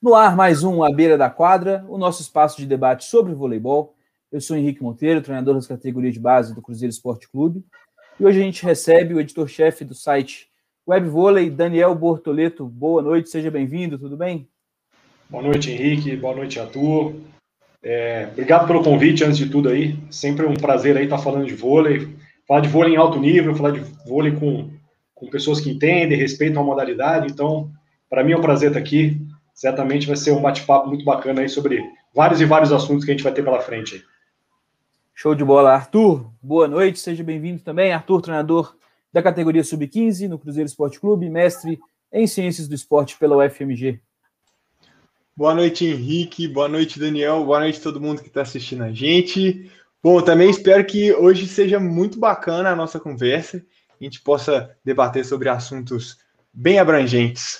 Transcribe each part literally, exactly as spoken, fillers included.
No ar, mais um À Beira da Quadra, o nosso espaço de debate sobre voleibol. Eu sou Henrique Monteiro, treinador das categorias de base do Cruzeiro Esporte Clube. E hoje a gente recebe o editor-chefe do site Web Vôlei, Daniel Bortoleto. Boa noite, seja bem-vindo, tudo bem? Boa noite, Henrique. Boa noite, Arthur. É, obrigado pelo convite, antes de tudo aí. Sempre um prazer aí estar falando de vôlei. Falar de vôlei em alto nível, falar de vôlei com, com pessoas que entendem, respeitam a modalidade. Então, para mim é um prazer estar aqui. Certamente vai ser um bate-papo muito bacana aí sobre vários e vários assuntos que a gente vai ter pela frente aí. Show de bola. Arthur, boa noite, seja bem-vindo também. Arthur, treinador da categoria sub quinze no Cruzeiro Esporte Clube, mestre em Ciências do Esporte pela U F M G. Boa noite, Henrique. Boa noite, Daniel. Boa noite a todo mundo que está assistindo a gente. Bom, também espero que hoje seja muito bacana a nossa conversa. A gente possa debater sobre assuntos bem abrangentes.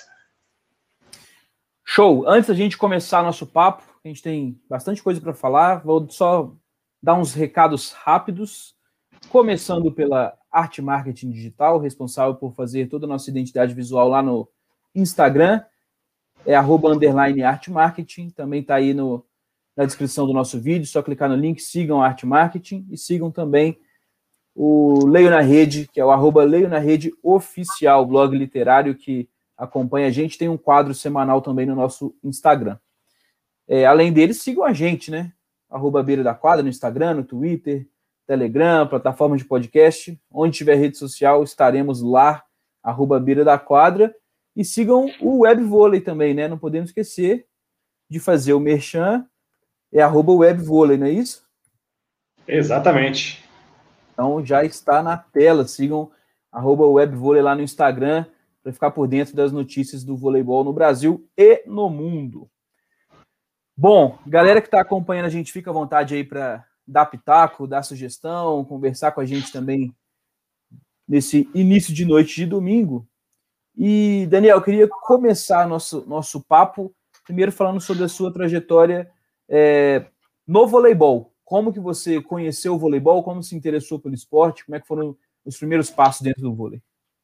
Show! Antes da gente começar nosso papo, a gente tem bastante coisa para falar. Vou só dar uns recados rápidos. Começando pela Arte Marketing Digital, responsável por fazer toda a nossa identidade visual lá no Instagram. É arroba underline Arte Marketing, também está aí no, na descrição do nosso vídeo, só clicar no link, sigam a Arte Marketing e sigam também o Leio na Rede, que é o arroba Leio na Rede Oficial, blog literário que acompanha a gente, tem um quadro semanal também no nosso Instagram. É, além deles, sigam a gente, né? Arroba Beira da Quadra no Instagram, no Twitter, Telegram, plataforma de podcast, onde tiver rede social, estaremos lá, arroba Beira da Quadra. E sigam o Web Vôlei também, né? Não podemos esquecer de fazer o merchan, é arroba Web Vôlei, não é isso? Exatamente. Então já está na tela, sigam arroba Web Vôlei lá no Instagram, para ficar por dentro das notícias do voleibol no Brasil e no mundo. Bom, galera que está acompanhando a gente, fica à vontade aí para dar pitaco, dar sugestão, conversar com a gente também nesse início de noite de domingo. E, Daniel, eu queria começar nosso, nosso papo primeiro falando sobre a sua trajetória é, no voleibol. Como que você conheceu o voleibol, como se interessou pelo esporte, como é que foram os primeiros passos dentro do vôlei?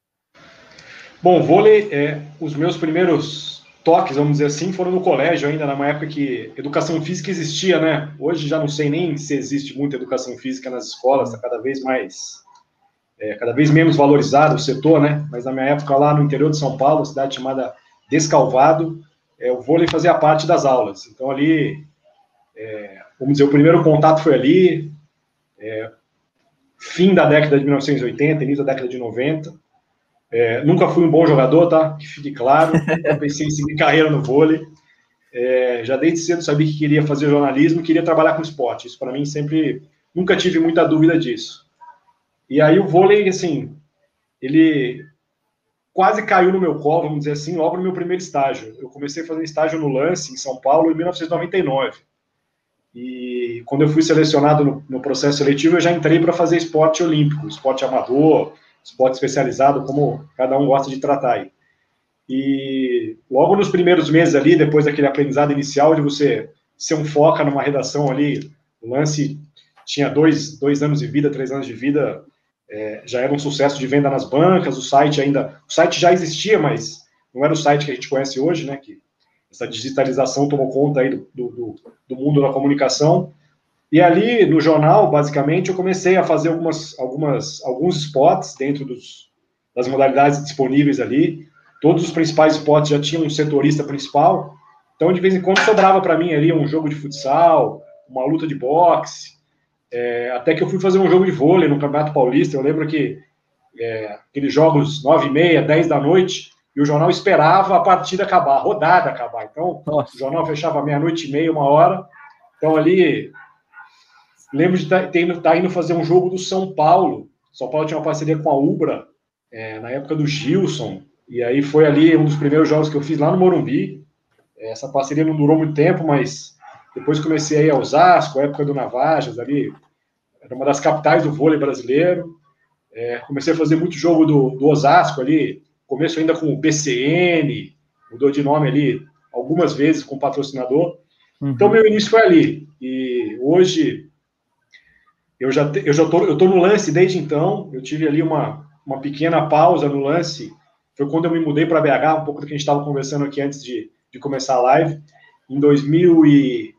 Bom, vôlei, é, os meus primeiros toques, vamos dizer assim, foram no colégio ainda, numa época que educação física existia, né? Hoje já não sei nem se existe muita educação física nas escolas, está cada vez mais... É, cada vez menos valorizado o setor, né? Mas na minha época lá no interior de São Paulo, cidade chamada Descalvado, é, o vôlei fazia parte das aulas. Então ali, é, vamos dizer, o primeiro contato foi ali, é, fim da década de mil novecentos e oitenta, início da década de noventa. É, nunca fui um bom jogador, tá? Que fique claro. Nunca pensei em seguir carreira no vôlei. É, já desde cedo sabia que queria fazer jornalismo, queria trabalhar com esporte. Isso para mim sempre, nunca tive muita dúvida disso. E aí o vôlei, assim, ele quase caiu no meu colo, vamos dizer assim, logo no meu primeiro estágio. Eu comecei a fazer estágio no Lance, em São Paulo, em mil novecentos e noventa e nove. E quando eu fui selecionado no, no processo seletivo, eu já entrei para fazer esporte olímpico, esporte amador, esporte especializado, como cada um gosta de tratar aí. E logo nos primeiros meses ali, depois daquele aprendizado inicial de você ser um foca numa redação ali, o Lance tinha dois, dois anos de vida, três anos de vida... É, já era um sucesso de venda nas bancas, o site ainda... O site já existia, mas não era o site que a gente conhece hoje, né? Que essa digitalização tomou conta aí do, do, do mundo da comunicação. E ali, no jornal, basicamente, eu comecei a fazer algumas, algumas, alguns spots dentro dos, das modalidades disponíveis ali. Todos os principais spots já tinham um setorista principal. Então, de vez em quando, sobrava para mim ali um jogo de futsal, uma luta de boxe... É, até que eu fui fazer um jogo de vôlei no Campeonato Paulista. Eu lembro que é, aqueles jogos nove e meia, dez da noite, e o jornal esperava a partida acabar, a rodada acabar. Então, Nossa. O jornal fechava meia-noite e meia, uma hora. Então, ali, lembro de estar tá, tá indo fazer um jogo do São Paulo. São Paulo tinha uma parceria com a Ubra, é, na época do Gilson. E aí foi ali um dos primeiros jogos que eu fiz lá no Morumbi. Essa parceria não durou muito tempo, mas... Depois comecei a ir a Osasco, a época do Navajas, ali, era uma das capitais do vôlei brasileiro. É, comecei a fazer muito jogo do, do Osasco ali, começo ainda com o B C N, mudou de nome ali algumas vezes com patrocinador. Uhum. Então, meu início foi ali. E hoje, eu já te, eu já tô, eu tô no Lance desde então. Eu tive ali uma, uma pequena pausa no Lance. Foi quando eu me mudei para B H, um pouco do que a gente estava conversando aqui antes de, de começar a live. Em dois mil e...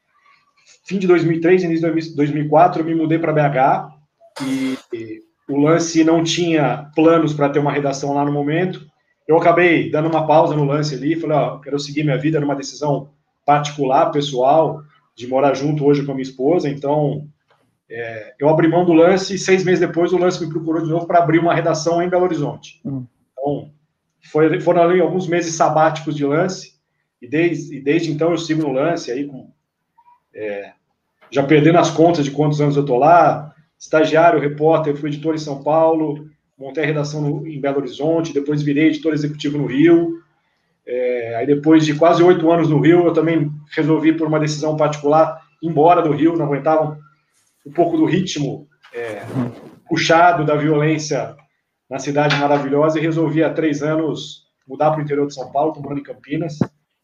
fim de dois mil e três, início de dois mil e quatro, eu me mudei para B H e, e o Lance não tinha planos para ter uma redação lá no momento. Eu acabei dando uma pausa no Lance ali, falei, ó, quero seguir minha vida, era uma decisão particular, pessoal, de morar junto hoje com a minha esposa, então é, eu abri mão do Lance e seis meses depois o Lance me procurou de novo para abrir uma redação em Belo Horizonte. Hum. Então, foi, foram ali alguns meses sabáticos de Lance, e desde, e desde então eu sigo no Lance, aí com, é, já perdendo as contas de quantos anos eu estou lá, estagiário, repórter, fui editor em São Paulo, montei a redação no, em Belo Horizonte, depois virei editor executivo no Rio. É, aí depois de quase oito anos no Rio, eu também resolvi, por uma decisão particular, ir embora do Rio, não aguentava um pouco do ritmo é, puxado da violência na cidade maravilhosa, e resolvi há três anos mudar para o interior de São Paulo, estou morando em Campinas,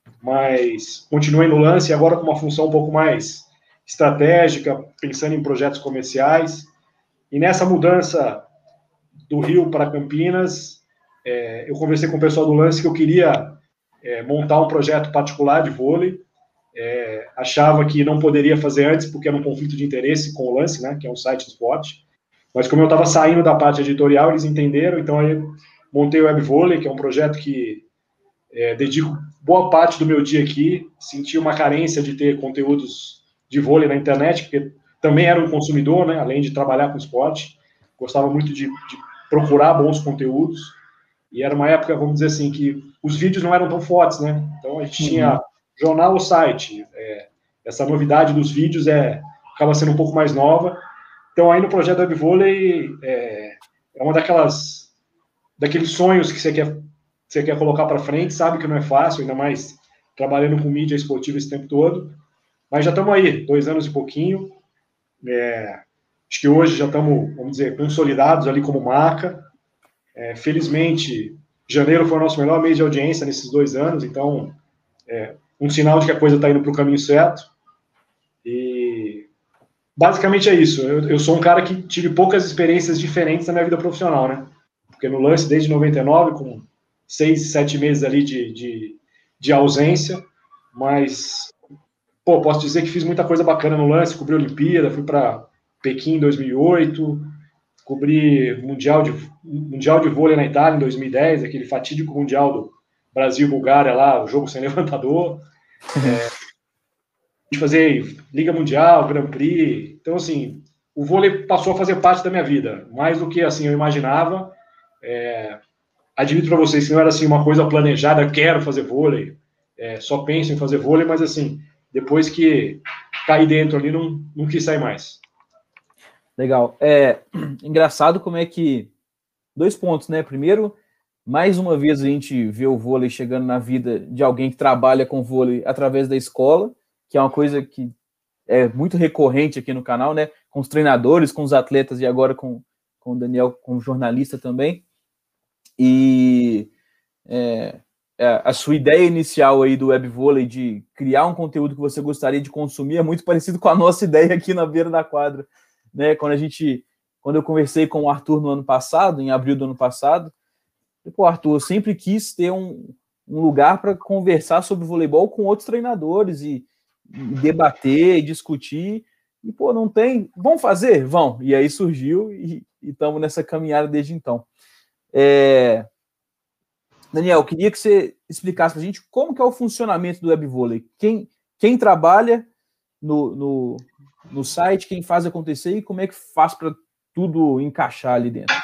mas continuei no Lance, agora com uma função um pouco mais estratégica, pensando em projetos comerciais. E nessa mudança do Rio para Campinas, é, eu conversei com o pessoal do Lance que eu queria é, montar um projeto particular de vôlei. É, achava que não poderia fazer antes, porque era um conflito de interesse com o Lance, né, que é um site de esporte. Mas como eu estava saindo da parte editorial, eles entenderam, então aí montei o Web Vôlei, que é um projeto que é, dedico boa parte do meu dia aqui. Senti uma carência de ter conteúdos de vôlei na internet, porque também era um consumidor, né, além de trabalhar com esporte. Gostava muito de, de procurar bons conteúdos. E era uma época, vamos dizer assim, que os vídeos não eram tão fortes, né? Então a gente uhum. tinha jornal ou site. É, essa novidade dos vídeos é, acaba sendo um pouco mais nova. Então aí no projeto Web Vôlei é, é uma daquelas daqueles sonhos que você quer, você quer colocar para frente, sabe que não é fácil, ainda mais trabalhando com mídia esportiva esse tempo todo. Mas já estamos aí, dois anos e pouquinho. É, acho que hoje já estamos, vamos dizer, consolidados ali como marca. É, felizmente, janeiro foi o nosso melhor mês de audiência nesses dois anos, então é um sinal de que a coisa está indo para o caminho certo. E basicamente é isso. Eu, eu sou um cara que tive poucas experiências diferentes na minha vida profissional, né? Porque no Lance, desde noventa e nove, com seis, sete meses ali de, de, de ausência, mas, pô, posso dizer que fiz muita coisa bacana no Lance, cobri a Olimpíada, fui para Pequim em dois mil e oito, cobri mundial de, mundial de vôlei na Itália em dois mil e dez, aquele fatídico mundial do Brasil e Bulgária lá, o jogo sem levantador. É, de fazer Liga Mundial, Grand Prix. Então, assim, o vôlei passou a fazer parte da minha vida, mais do que, assim, eu imaginava. É, admito para vocês que não era, assim, uma coisa planejada, quero fazer vôlei, é, só penso em fazer vôlei, mas, assim, depois que caí dentro ali, não, não quis sair mais. Legal. É engraçado como é que... Dois pontos, né? Primeiro, mais uma vez a gente vê o vôlei chegando na vida de alguém que trabalha com vôlei através da escola, que é uma coisa que é muito recorrente aqui no canal, né? Com os treinadores, com os atletas e agora com, com o Daniel como jornalista também. E é, a sua ideia inicial aí do Web Vôlei de criar um conteúdo que você gostaria de consumir é muito parecido com a nossa ideia aqui na beira da quadra, né? Quando a gente, quando eu conversei com o Arthur no ano passado, em abril do ano passado, pô, Arthur, eu sempre quis ter um, um lugar para conversar sobre voleibol com outros treinadores e, e debater, e discutir, e, pô, não tem... Vão fazer? Vão. E aí surgiu e estamos nessa caminhada desde então. É... Daniel, eu queria que você explicasse para a gente como que é o funcionamento do Web Vôlei. Quem, quem trabalha no, no, no site, quem faz acontecer e como é que faz para tudo encaixar ali dentro?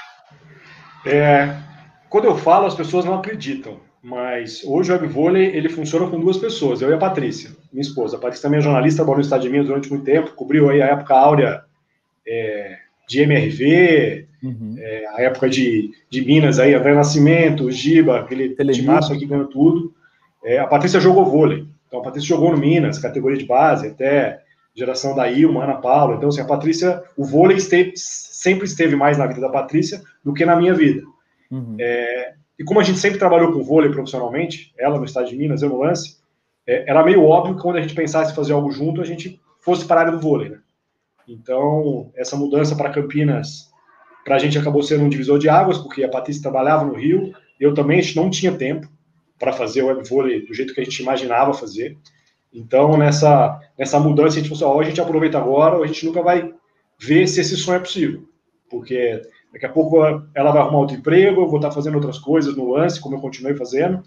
É... Quando eu falo, as pessoas não acreditam, mas hoje o Web Vôlei, ele funciona com duas pessoas, eu e a Patrícia, minha esposa. A Patrícia também é jornalista, trabalhou no Estado de Minas durante muito tempo, cobriu aí a época áurea é, de M R V, uhum. é, a época de, de Minas, aí, André Nascimento, o Giba, aquele timaço aqui ganhando tudo. É, a Patrícia jogou vôlei, então a Patrícia jogou no Minas, categoria de base, até geração da Ilma, Ana Paula. Então, assim, a Patrícia, o vôlei esteve, sempre esteve mais na vida da Patrícia do que na minha vida. Uhum. É, e como a gente sempre trabalhou com vôlei profissionalmente, ela no Estado de Minas, eu no Lance, é, era meio óbvio que quando a gente pensasse em fazer algo junto, a gente fosse para a área do vôlei, né? Então, essa mudança para Campinas, para a gente acabou sendo um divisor de águas, porque a Patrícia trabalhava no Rio, eu também, a gente não tinha tempo. para fazer o web vôlei do jeito que a gente imaginava fazer. Então, nessa, nessa mudança, a gente falou assim, ó, ou a gente aproveita agora, ou a gente nunca vai ver se esse sonho é possível. Porque daqui a pouco ela vai arrumar outro emprego, eu vou estar fazendo outras coisas no lance, como eu continuei fazendo,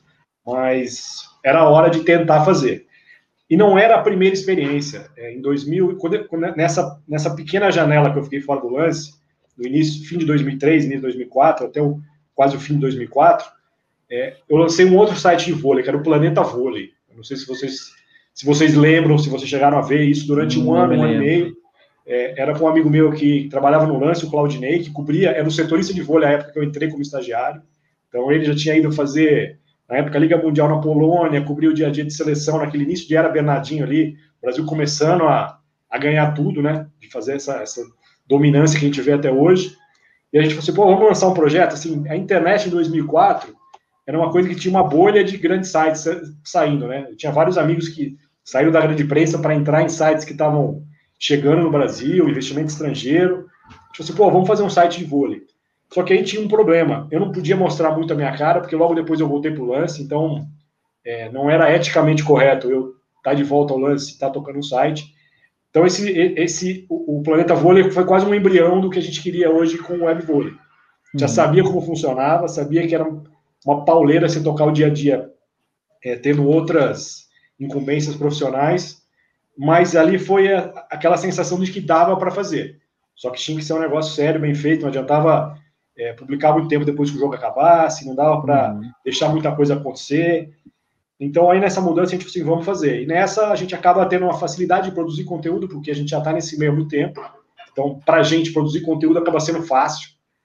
mas era a hora de tentar fazer. E não era a primeira experiência. É, em dois mil, quando, quando, nessa, nessa pequena janela que eu fiquei fora do lance, no início, fim de dois mil e três, início de dois mil e quatro, até o, quase o fim de dois mil e quatro, é, eu lancei um outro site de vôlei, que era o Planeta Vôlei. Eu não sei se vocês, se vocês lembram, se vocês chegaram a ver isso durante um ano, um ano e meio. É, era com um amigo meu que trabalhava no lance, o Claudinei, que cobria, era o setorista de vôlei, à época que eu entrei como estagiário. Então ele já tinha ido fazer, na época, a Liga Mundial na Polônia, cobriu o dia a dia de seleção, naquele início de era Bernardinho ali, o Brasil começando a, a ganhar tudo, né, de fazer essa, essa dominância que a gente vê até hoje. E a gente falou assim, pô, vamos lançar um projeto, assim, a internet em dois mil e quatro era uma coisa que tinha uma bolha de grandes sites saindo, né, eu tinha vários amigos que saíram da grande imprensa para entrar em sites que estavam chegando no Brasil, investimento estrangeiro. Tipo assim, pô, vamos fazer um site de vôlei. Só que aí tinha um problema. Eu não podia mostrar muito a minha cara, porque logo depois eu voltei pro lance, então é, não era eticamente correto eu estar de volta ao lance e estar tocando um site. Então esse, esse, o, o Planeta Vôlei foi quase um embrião do que a gente queria hoje com o web vôlei. Já uhum. sabia como funcionava, sabia que era uma pauleira se tocar o dia a dia, é, tendo outras incumbências profissionais, mas ali foi a, aquela sensação de que dava para fazer. Só que tinha que ser um negócio sério, bem feito, não adiantava é, publicar muito tempo depois que o jogo acabasse, não dava para uhum. deixar muita coisa acontecer. Então, aí nessa mudança, a gente falou assim, vamos fazer. E nessa, a gente acaba tendo uma facilidade de produzir conteúdo, porque a gente já está nesse meio há muito tempo. Então, para a gente, produzir conteúdo acaba sendo fácil.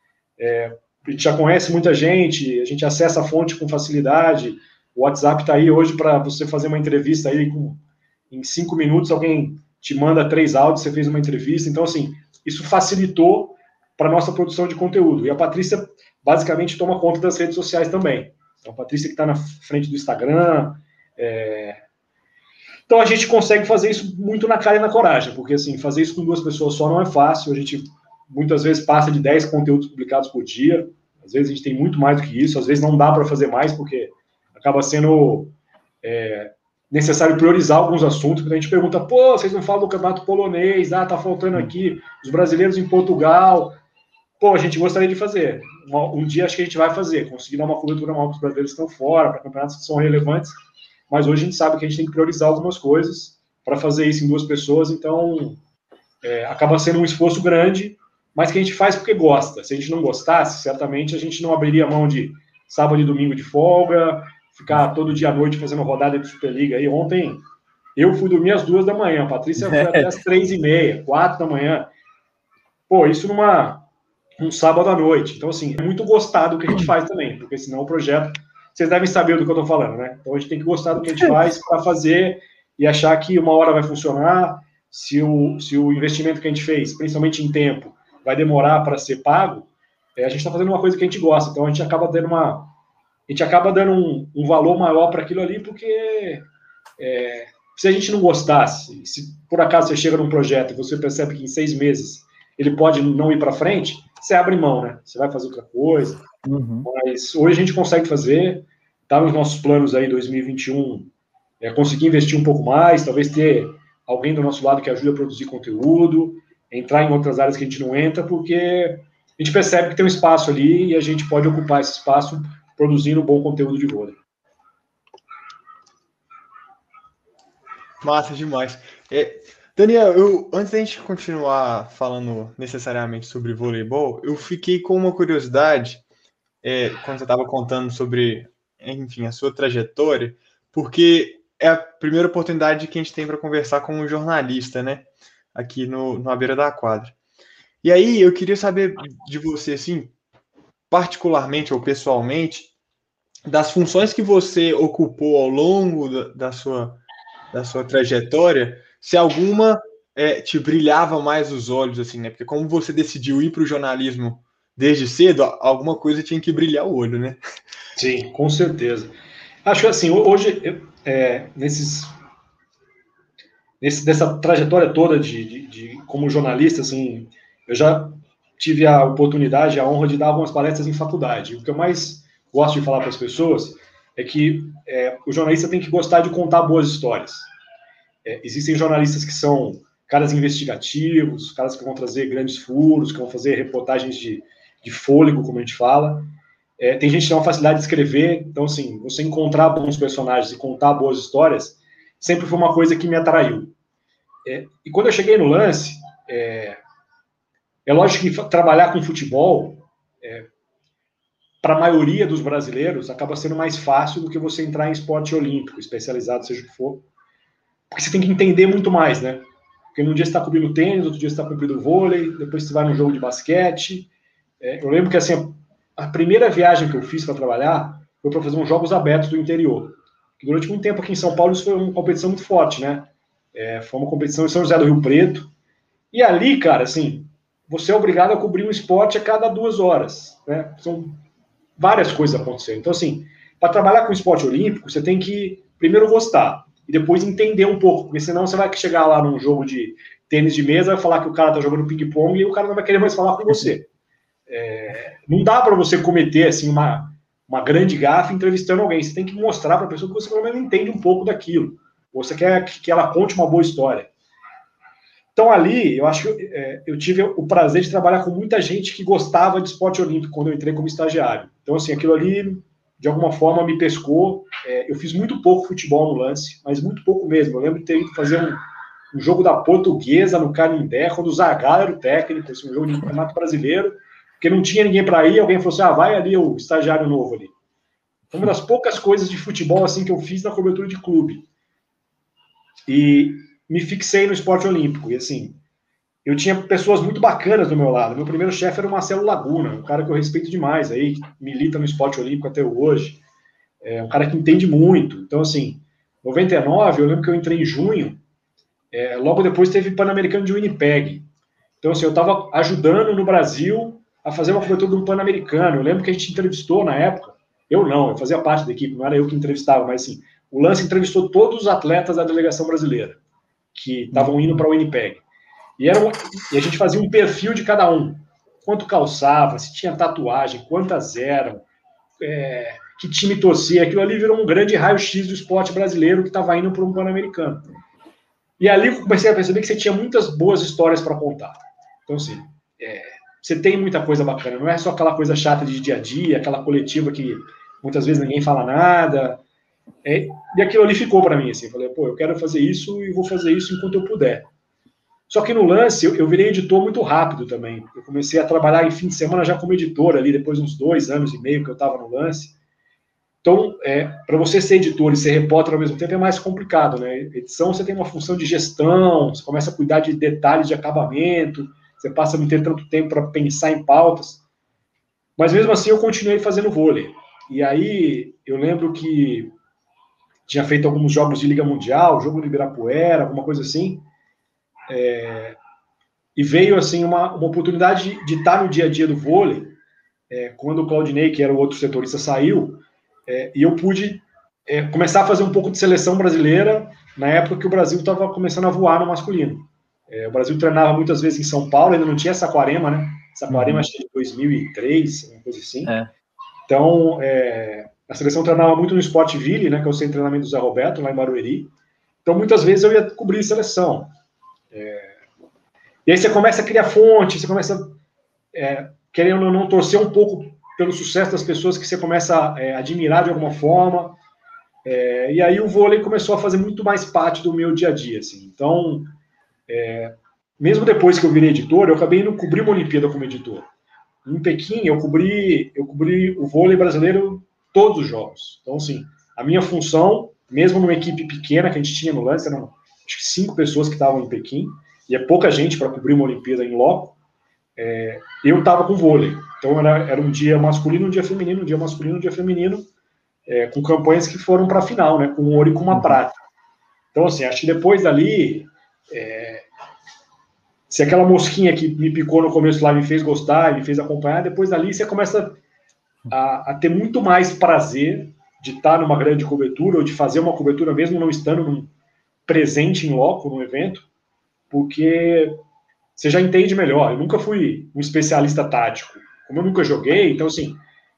É, a gente já conhece muita gente, a gente acessa a fonte com facilidade. O WhatsApp está aí hoje para você fazer uma entrevista aí com... Em cinco minutos, alguém te manda três áudios, você fez uma entrevista. Então, assim, isso facilitou para a nossa produção de conteúdo. E a Patrícia, basicamente, toma conta das redes sociais também. Então, a Patrícia que está na frente do Instagram. É... Então, a gente consegue fazer isso muito na cara e na coragem, porque, assim, fazer isso com duas pessoas só não é fácil. A gente, muitas vezes, passa de dez conteúdos publicados por dia. Às vezes, a gente tem muito mais do que isso. Às vezes, não dá para fazer mais, porque acaba sendo... É... necessário priorizar alguns assuntos, porque a gente pergunta, pô, vocês não falam do campeonato polonês, ah, tá faltando aqui, os brasileiros em Portugal, pô, a gente gostaria de fazer, um, um dia acho que a gente vai fazer, conseguir dar uma cobertura maior para os brasileiros que estão fora, para campeonatos que são relevantes, mas hoje a gente sabe que a gente tem que priorizar algumas coisas para fazer isso em duas pessoas, então é, acaba sendo um esforço grande, mas que a gente faz porque gosta. Se a gente não gostasse, certamente a gente não abriria mão de sábado e domingo de folga, ficar todo dia à noite fazendo rodada de Superliga. Aí ontem eu fui dormir às duas da manhã, a Patrícia foi até às três e meia, quatro da manhã. Pô, isso numa um sábado à noite. Então, assim, é muito gostar do que a gente faz também, porque senão o projeto... Vocês devem saber do que eu estou falando, né? Então a gente tem que gostar do que a gente faz para fazer e achar que uma hora vai funcionar, se o, se o investimento que a gente fez, principalmente em tempo, vai demorar para ser pago, é, a gente está fazendo uma coisa que a gente gosta, então a gente acaba dando uma... A gente acaba dando um, um valor maior para aquilo ali, porque é, se a gente não gostasse, se por acaso você chega num projeto e você percebe que em seis meses ele pode não ir para frente, você abre mão, né? Você vai fazer outra coisa. Uhum. Mas hoje a gente consegue fazer, está nos nossos planos aí, dois mil e vinte e um, é, conseguir investir um pouco mais, talvez ter alguém do nosso lado que ajude a produzir conteúdo, entrar em outras áreas que a gente não entra, porque a gente percebe que tem um espaço ali e a gente pode ocupar esse espaço produzindo bom conteúdo de vôlei. Massa demais. É, Daniel, eu, antes da gente continuar falando necessariamente sobre voleibol, eu fiquei com uma curiosidade é, quando você estava contando sobre, enfim, a sua trajetória, porque é a primeira oportunidade que a gente tem para conversar com um jornalista, né? Aqui no, no À Beira da Quadra. E aí, eu queria saber de você, assim, particularmente ou pessoalmente, das funções que você ocupou ao longo da, da, sua, da sua trajetória, se alguma é, te brilhava mais os olhos, assim, né? Porque como você decidiu ir para o jornalismo desde cedo, alguma coisa tinha que brilhar o olho, né? Sim, com certeza. Acho que, assim, hoje, é, nesses, nesse, dessa trajetória toda de, de, de como jornalista, assim, eu já tive a oportunidade, a honra de dar algumas palestras em faculdade. O que eu mais gosto de falar para as pessoas é que é, o jornalista tem que gostar de contar boas histórias. É, existem jornalistas que são caras investigativos, caras que vão trazer grandes furos, que vão fazer reportagens de, de fôlego, como a gente fala. É, tem gente que tem uma facilidade de escrever, então, assim, você encontrar bons personagens e contar boas histórias sempre foi uma coisa que me atraiu. É, e quando eu cheguei no Lance, é, é lógico que trabalhar com futebol, é, para a maioria dos brasileiros, acaba sendo mais fácil do que você entrar em esporte olímpico, especializado, seja o que for, porque você tem que entender muito mais, né? Porque num dia você está cobrindo tênis, outro dia você está cobrindo vôlei, depois você vai num jogo de basquete. É, eu lembro que, assim, a primeira viagem que eu fiz para trabalhar foi para fazer uns jogos abertos do interior. Que durante muito tempo aqui em São Paulo isso foi uma competição muito forte, né? É, foi uma competição em São José do Rio Preto. E ali, cara, assim, você é obrigado a cobrir um esporte a cada duas horas, né? São várias coisas acontecendo. Então, assim, para trabalhar com esporte olímpico, você tem que primeiro gostar e depois entender um pouco, porque senão você vai chegar lá num jogo de tênis de mesa, vai falar que o cara tá jogando ping-pong e o cara não vai querer mais falar com você. É, não dá para você cometer, assim, uma, uma grande gafe entrevistando alguém. Você tem que mostrar para a pessoa que você pelo menos entende um pouco daquilo. Ou você quer que ela conte uma boa história. Então, ali, eu acho que é, eu tive o prazer de trabalhar com muita gente que gostava de esporte olímpico quando eu entrei como estagiário. Então, assim, aquilo ali, de alguma forma, me pescou. É, eu fiz muito pouco futebol no Lance, mas muito pouco mesmo. Eu lembro de ter ido fazer um, um jogo da Portuguesa no Canindé, quando o Zagallo era o técnico, assim, um jogo de campeonato brasileiro, porque não tinha ninguém para ir, alguém falou assim, ah, vai ali o estagiário novo ali. Foi uma das poucas coisas de futebol assim que eu fiz na cobertura de clube. E me fixei no esporte olímpico. E assim, eu tinha pessoas muito bacanas do meu lado. Meu primeiro chefe era o Marcelo Laguna, um cara que eu respeito demais, aí, que milita no esporte olímpico até hoje. É um cara que entende muito. Então, assim, em noventa e nove, eu lembro que eu entrei em junho, é, logo depois teve Pan-Americano de Winnipeg. Então, assim, eu estava ajudando no Brasil a fazer uma cobertura do Pan-Americano. Eu lembro que a gente entrevistou na época, eu não, eu fazia parte da equipe, não era eu que entrevistava, mas assim, o Lance entrevistou todos os atletas da delegação brasileira que estavam indo para o Winnipeg. E, era um, e a gente fazia um perfil de cada um. Quanto calçava, se tinha tatuagem, quantas eram, é, que time torcia. Aquilo ali virou um grande raio-x do esporte brasileiro que estava indo para um Pan-Americano. E ali eu comecei a perceber que você tinha muitas boas histórias para contar. Então, assim, é, você tem muita coisa bacana. Não é só aquela coisa chata de dia a dia, aquela coletiva que muitas vezes ninguém fala nada. É, e aquilo ali ficou para mim, assim, falei, pô, eu quero fazer isso e vou fazer isso enquanto eu puder. Só que no Lance, eu, eu virei editor muito rápido também. Eu comecei a trabalhar em fim de semana já como editor ali, depois de uns dois anos e meio que eu estava no Lance. Então, é, para você ser editor e ser repórter ao mesmo tempo é mais complicado, né? Edição, você tem uma função de gestão, você começa a cuidar de detalhes de acabamento, você passa a não ter tanto tempo para pensar em pautas. Mas mesmo assim, eu continuei fazendo vôlei. E aí, eu lembro que tinha feito alguns jogos de Liga Mundial, jogo do Ibirapuera, alguma coisa assim. É, e veio, assim, uma, uma oportunidade de, de estar no dia a dia do vôlei, é, quando o Claudinei, que era o outro setorista, saiu, é, e eu pude é, começar a fazer um pouco de seleção brasileira na época que o Brasil estava começando a voar no masculino. É, o Brasil treinava muitas vezes em São Paulo, ainda não tinha Saquarema, né? Saquarema, uhum. Acho que de dois mil e três, uma coisa assim. É. Então, é, a seleção treinava muito no Sportville, né, que é o centro de treinamento do Zé Roberto, lá em Barueri. Então, muitas vezes eu ia cobrir seleção. É, e aí você começa a criar fonte, você começa, é, querendo ou não, torcer um pouco pelo sucesso das pessoas que você começa a é, admirar de alguma forma. É, e aí o vôlei começou a fazer muito mais parte do meu dia a dia. Assim. Então, é, mesmo depois que eu virei editor, eu acabei indo cobrir uma Olimpíada como editor. Em Pequim, eu cobri, eu cobri o vôlei brasileiro todos os jogos. Então, assim, a minha função, mesmo numa equipe pequena que a gente tinha no Lance, eram acho que cinco pessoas que estavam em Pequim, e é pouca gente para cobrir uma Olimpíada em loco, é, eu estava com vôlei. Então, era, era um dia masculino, um dia feminino, um dia masculino, um dia feminino, é, com campanhas que foram para a final, né, com um ouro e com uma prata. Então, assim, acho que depois dali... É, se aquela mosquinha que me picou no começo lá me fez gostar, me fez acompanhar, depois dali você começa a, a ter muito mais prazer de estar numa grande cobertura ou de fazer uma cobertura mesmo não estando num, presente em loco no evento, porque você já entende melhor. Eu nunca fui um especialista tático. Como eu nunca joguei, então assim,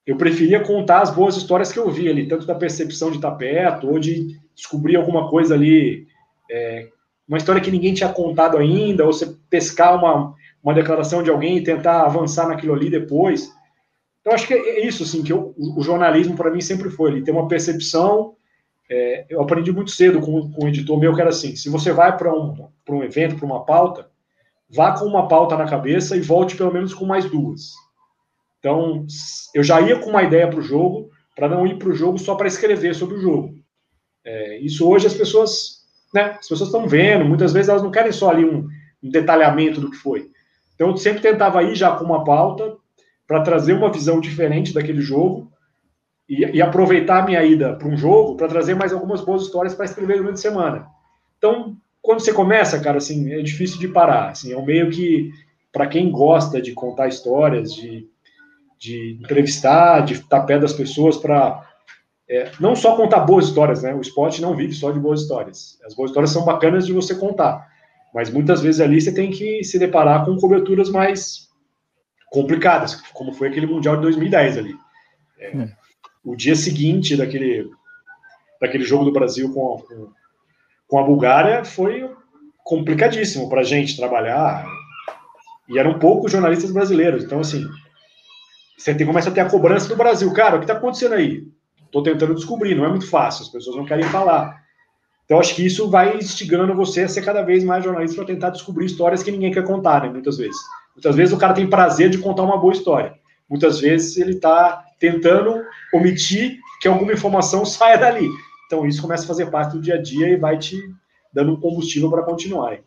eu preferia contar as boas histórias que eu vi ali, tanto da percepção de estar perto, ou de descobrir alguma coisa ali, é, uma história que ninguém tinha contado ainda, ou você pescar uma, uma declaração de alguém e tentar avançar naquilo ali depois. Então, acho que é isso, assim, que eu, o jornalismo, para mim, sempre foi ele ter uma percepção. É, eu aprendi muito cedo com, com um editor meu que era assim, se você vai para um, para um evento, para uma pauta, vá com uma pauta na cabeça e volte pelo menos com mais duas. Então, eu já ia com uma ideia para o jogo, para não ir para o jogo só para escrever sobre o jogo. É, isso hoje as pessoas, né, as pessoas estão vendo, muitas vezes elas não querem só ali um, um detalhamento do que foi. Então, eu sempre tentava ir já com uma pauta para trazer uma visão diferente daquele jogo e, e aproveitar a minha ida para um jogo para trazer mais algumas boas histórias para escrever durante a semana. Então, quando você começa, cara, assim, é difícil de parar. Assim, é um meio que, para quem gosta de contar histórias, de de entrevistar, de estar perto das pessoas para é, não só contar boas histórias, né? O esporte não vive só de boas histórias. As boas histórias são bacanas de você contar, mas muitas vezes ali você tem que se deparar com coberturas mais complicadas, como foi aquele Mundial de dois mil e dez ali. É, hum. O dia seguinte daquele, daquele jogo do Brasil com a, com, com a Bulgária foi complicadíssimo para a gente trabalhar, e eram poucos jornalistas brasileiros, então assim, você tem, começa a ter a cobrança do Brasil. Cara, o que está acontecendo aí? Estou tentando descobrir, não é muito fácil, as pessoas não querem falar. Então, acho que isso vai instigando você a ser cada vez mais jornalista para tentar descobrir histórias que ninguém quer contar, né? Muitas vezes. Muitas vezes o cara tem prazer de contar uma boa história. Muitas vezes ele está tentando omitir que alguma informação saia dali. Então, isso começa a fazer parte do dia a dia e vai te dando um combustível para continuar.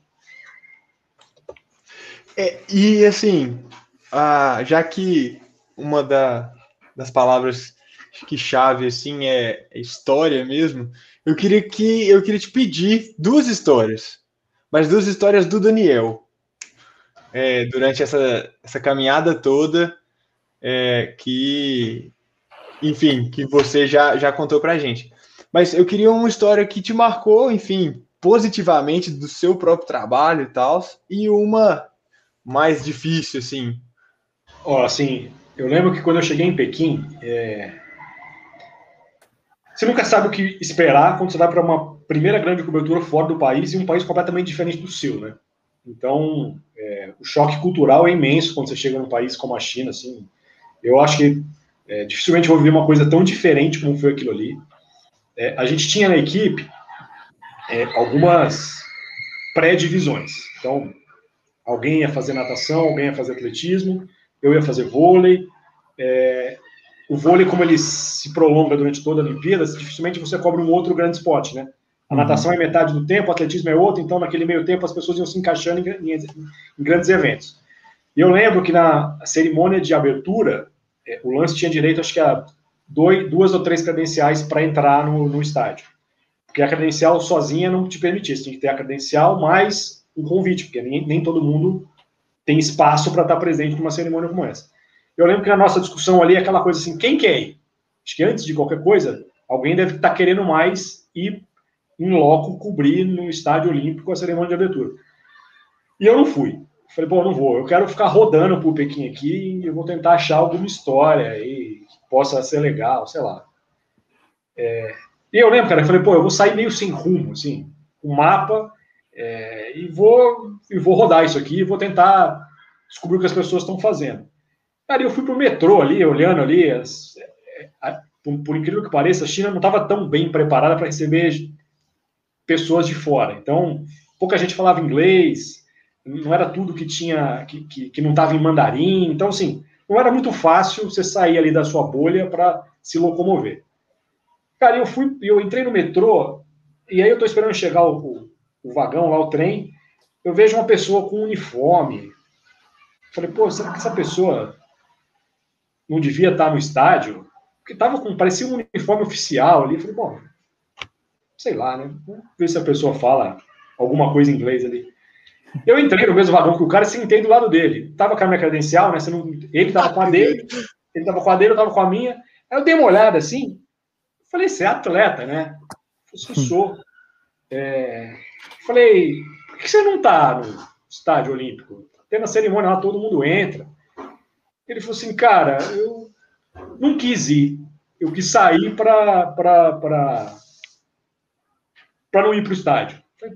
É, e, assim, ah, já que uma da, das palavras que chave assim é história mesmo, eu queria que eu queria te pedir duas histórias, mas duas histórias do Daniel é, durante essa, essa caminhada toda é, que, enfim, que você já, já contou pra gente. Mas eu queria uma história que te marcou, enfim, positivamente do seu próprio trabalho e tal, e uma mais difícil, assim. Ó, assim, eu lembro que quando eu cheguei em Pequim, é... você nunca sabe o que esperar quando você vai para uma primeira grande cobertura fora do país e um país completamente diferente do seu, né? Então, é... o choque cultural é imenso quando você chega num país como a China, assim. Eu acho que é, dificilmente vou viver uma coisa tão diferente como foi aquilo ali. É, a gente tinha na equipe é, algumas pré-divisões. Então, alguém ia fazer natação, alguém ia fazer atletismo, eu ia fazer vôlei. É, o vôlei, como ele se prolonga durante toda a Olimpíada, dificilmente você cobre um outro grande esporte, né? A natação uhum. é metade do tempo, o atletismo é outro, então naquele meio tempo as pessoas iam se encaixando em, em, em grandes eventos. E eu lembro que na cerimônia de abertura, é, o lance tinha direito, acho que a dois, duas ou três credenciais para entrar no, no estádio. Porque a credencial sozinha não te permitia, você tinha que ter a credencial mais um convite, porque nem, nem todo mundo tem espaço para estar presente numa cerimônia como essa. Eu lembro que na nossa discussão ali, aquela coisa assim, quem quer ir? Acho que antes de qualquer coisa, alguém deve estar querendo mais ir em loco cobrir no estádio olímpico a cerimônia de abertura. E eu não fui. Falei, pô, eu não vou. Eu quero ficar rodando por Pequim aqui e eu vou tentar achar alguma história aí que possa ser legal, sei lá. É... E eu lembro, cara, eu falei, pô, eu vou sair meio sem rumo, assim, um mapa, é... e, vou, e vou rodar isso aqui e vou tentar descobrir o que as pessoas estão fazendo. Cara, eu fui pro metrô ali, olhando ali, as... por, por incrível que pareça, a China não estava tão bem preparada para receber pessoas de fora. Então, pouca gente falava inglês, não era tudo que tinha, que, que, que não estava em mandarim. Então, assim, não era muito fácil você sair ali da sua bolha para se locomover. Cara, eu fui, eu entrei no metrô, e aí eu tô esperando chegar o, o, o vagão lá, o trem, eu vejo uma pessoa com um uniforme. Falei, pô, será que essa pessoa não devia estar no estádio? Porque tava com, parecia um uniforme oficial ali. Falei, bom, sei lá, né? Vamos ver se a pessoa fala alguma coisa em inglês ali. Eu entrei no mesmo vagão que o cara e sentei do lado dele. Tava com a minha credencial, né? Você não, ele tava com a dele, ele tava com a dele, eu tava com a minha. Aí eu dei uma olhada assim, falei, você é atleta, né? Eu sou. É... Falei, por que você não tá no estádio olímpico? Tendo a cerimônia lá, todo mundo entra. Ele falou assim, cara, eu não quis ir. Eu quis sair para para não ir para o estádio.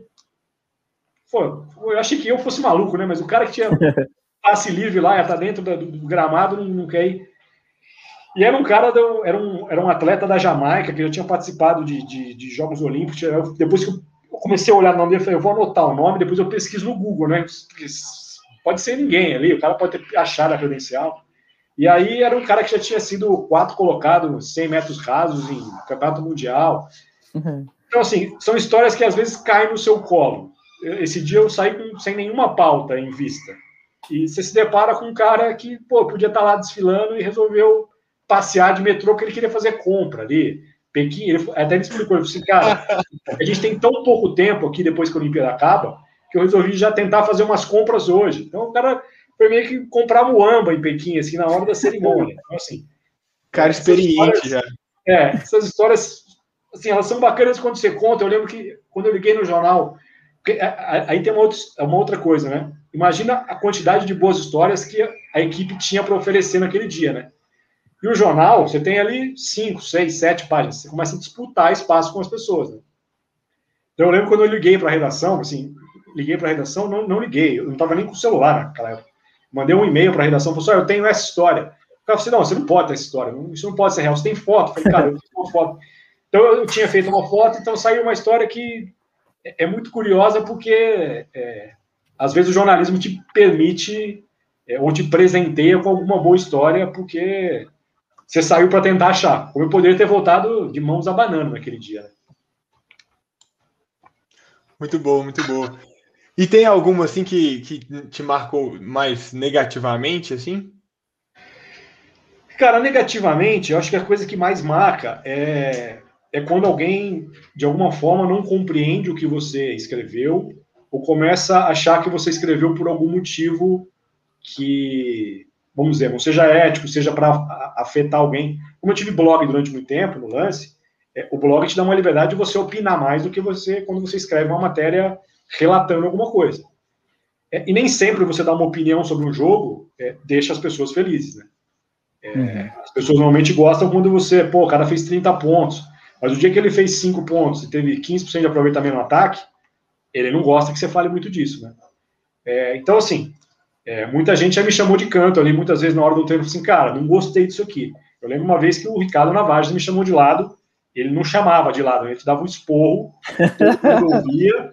Pô, eu achei que eu fosse maluco, né? Mas o cara que tinha passe livre lá, ia estar dentro do, do gramado, não, não quer ir. E era um cara, do, era, um, era um atleta da Jamaica, que já tinha participado de, de, de Jogos Olímpicos. Eu, depois que eu comecei a olhar o nome dele, eu falei, eu vou anotar o nome, depois eu pesquiso no Google, né? Pode ser ninguém ali, o cara pode ter achado a credencial. E aí era um cara que já tinha sido quarto colocado, cem metros rasos em campeonato mundial. Uhum. Então, assim, são histórias que às vezes caem no seu colo. Esse dia eu saí com, sem nenhuma pauta em vista. E você se depara com um cara que, pô, podia estar lá desfilando e resolveu passear de metrô porque ele queria fazer compra ali. Pequim, ele, até ele explicou, ele falou assim, cara, a gente tem tão pouco tempo aqui depois que a Olimpíada acaba, que eu resolvi já tentar fazer umas compras hoje. Então o cara foi meio que comprar muamba em Pequim, assim, na hora da cerimônia. Então, assim... Cara experiente já. É, essas histórias, assim, elas são bacanas quando você conta. Eu lembro que quando eu liguei no jornal, porque aí tem uma outra, uma outra coisa, né? Imagina a quantidade de boas histórias que a equipe tinha para oferecer naquele dia, né? E o jornal, você tem ali cinco, seis, sete páginas. Você começa a disputar espaço com as pessoas, né? Então eu lembro quando eu liguei para a redação, assim, liguei para a redação, não, não liguei, eu não estava nem com o celular naquela época. Mandei um e-mail para a redação, falei assim, eu tenho essa história. O cara falou assim, não, você não pode ter essa história, isso não pode ser real, você tem foto. Eu falei, cara, eu tenho uma foto. Então eu tinha feito uma foto, então saiu uma história que é muito curiosa, porque é, às vezes o jornalismo te permite, é, ou te presenteia com alguma boa história, porque você saiu para tentar achar. Como eu poderia ter voltado de mãos abanando naquele dia, né? Muito boa, muito boa. E tem alguma, assim, que, que te marcou mais negativamente, assim? Cara, negativamente, eu acho que a coisa que mais marca é, é quando alguém, de alguma forma, não compreende o que você escreveu ou começa a achar que você escreveu por algum motivo que, vamos dizer, não seja ético, seja para afetar alguém. Como eu tive blog durante muito tempo, no Lance, é, o blog te dá uma liberdade de você opinar mais do que você quando você escreve uma matéria relatando alguma coisa. É, e nem sempre você dá uma opinião sobre um jogo é, deixa as pessoas felizes, né? É, uhum. As pessoas normalmente gostam quando você, pô, o cara fez trinta pontos, mas o dia que ele fez cinco pontos e teve quinze por cento de aproveitamento no ataque, ele não gosta que você fale muito disso, né? É, então, assim, é, muita gente já me chamou de canto ali, muitas vezes na hora do treino, assim, cara, não gostei disso aqui. Eu lembro uma vez que o Ricardo Navajas me chamou de lado, ele não chamava de lado, ele te dava um esporro, todo mundo ouvia,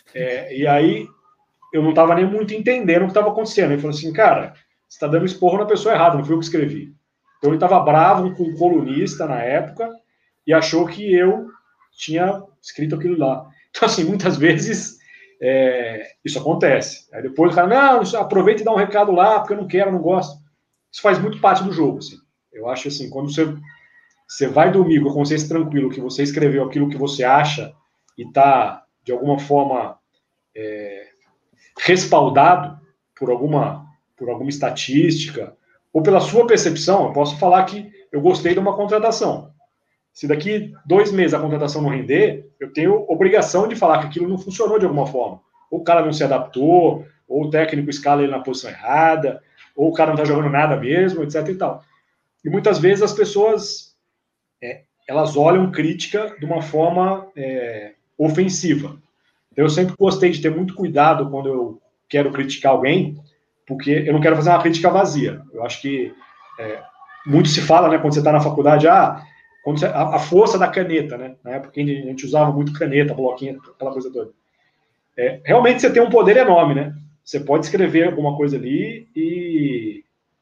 é, e aí eu não estava nem muito entendendo o que estava acontecendo. Ele falou assim, cara, você está dando esporro na pessoa errada, não foi eu que escrevi. Então ele estava bravo com o colunista na época e achou que eu tinha escrito aquilo lá. Então, assim, muitas vezes é, isso acontece. Aí depois o cara, não, aproveita e dá um recado lá, porque eu não quero, eu não gosto. Isso faz muito parte do jogo, assim. Eu acho assim, quando você, você vai dormir com a consciência tranquila, que você escreveu aquilo que você acha e está, de alguma forma, é, respaldado por alguma, por alguma estatística, ou pela sua percepção, eu posso falar que eu gostei de uma contratação. Se daqui dois meses a contratação não render, eu tenho obrigação de falar que aquilo não funcionou de alguma forma. Ou o cara não se adaptou, ou o técnico escala ele na posição errada, ou o cara não está jogando nada mesmo, etc e tal. E muitas vezes as pessoas, é, elas olham crítica de uma forma é, ofensiva. Então, eu sempre gostei de ter muito cuidado quando eu quero criticar alguém, porque eu não quero fazer uma crítica vazia. Eu acho que é, muito se fala, né, quando você está na faculdade, ah, quando você, a, a força da caneta, né? Na época a gente usava muito caneta, bloquinho, aquela coisa toda. É, realmente você tem um poder enorme, né? Você pode escrever alguma coisa ali e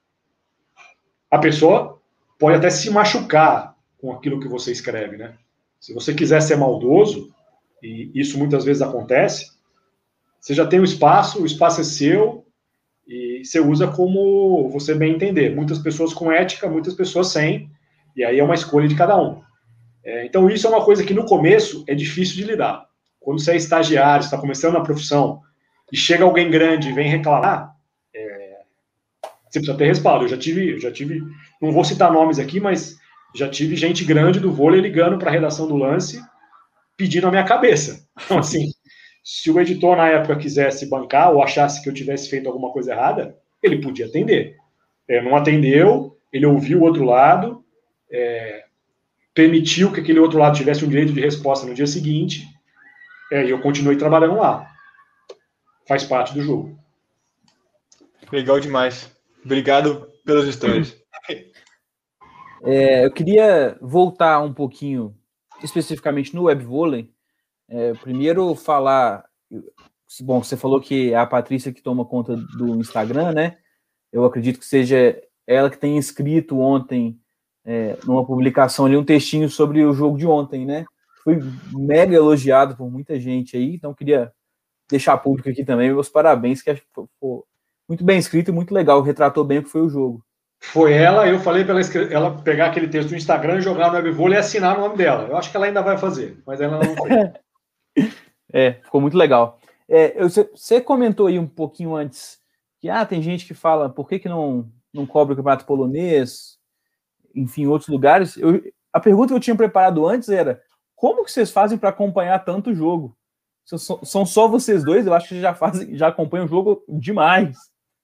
a pessoa pode até se machucar com aquilo que você escreve, né? Se você quiser ser maldoso, e isso muitas vezes acontece, você já tem o espaço, o espaço é seu, e você usa como você bem entender. Muitas pessoas com ética, muitas pessoas sem, e aí é uma escolha de cada um. É, então isso é uma coisa que no começo é difícil de lidar. Quando você é estagiário, está começando na profissão, e chega alguém grande e vem reclamar, é, você precisa ter respaldo. Eu já tive, eu já tive, não vou citar nomes aqui, mas já tive gente grande do vôlei ligando para a redação do Lance, pedindo a minha cabeça. Então, assim, se o editor na época quisesse bancar ou achasse que eu tivesse feito alguma coisa errada, ele podia atender. É, não atendeu, ele ouviu o outro lado, é, permitiu que aquele outro lado tivesse um direito de resposta no dia seguinte, é, e eu continuei trabalhando lá. Faz parte do jogo. Legal demais. Obrigado pelas histórias. É, eu queria voltar um pouquinho, especificamente no webvôlei. É, primeiro falar... Bom, você falou que é a Patrícia que toma conta do Instagram, né? Eu acredito que seja ela que tenha escrito ontem, é, numa publicação ali, um textinho sobre o jogo de ontem, né? Foi mega elogiado por muita gente aí, então queria deixar público aqui também meus parabéns, que acho que foi, foi muito bem escrito e muito legal, retratou bem o que foi o jogo. Foi ela, eu falei para ela, ela pegar aquele texto do Instagram, jogar no webvôlei e assinar o nome dela. Eu acho que ela ainda vai fazer, mas ela não fez. É, ficou muito legal. É, eu, você comentou aí um pouquinho antes que ah, tem gente que fala por que, que não, não cobre o campeonato polonês, enfim, outros lugares. Eu, a pergunta que eu tinha preparado antes era como que vocês fazem para acompanhar tanto jogo? São, são só vocês dois? Eu acho que já, fazem, já acompanham o jogo demais.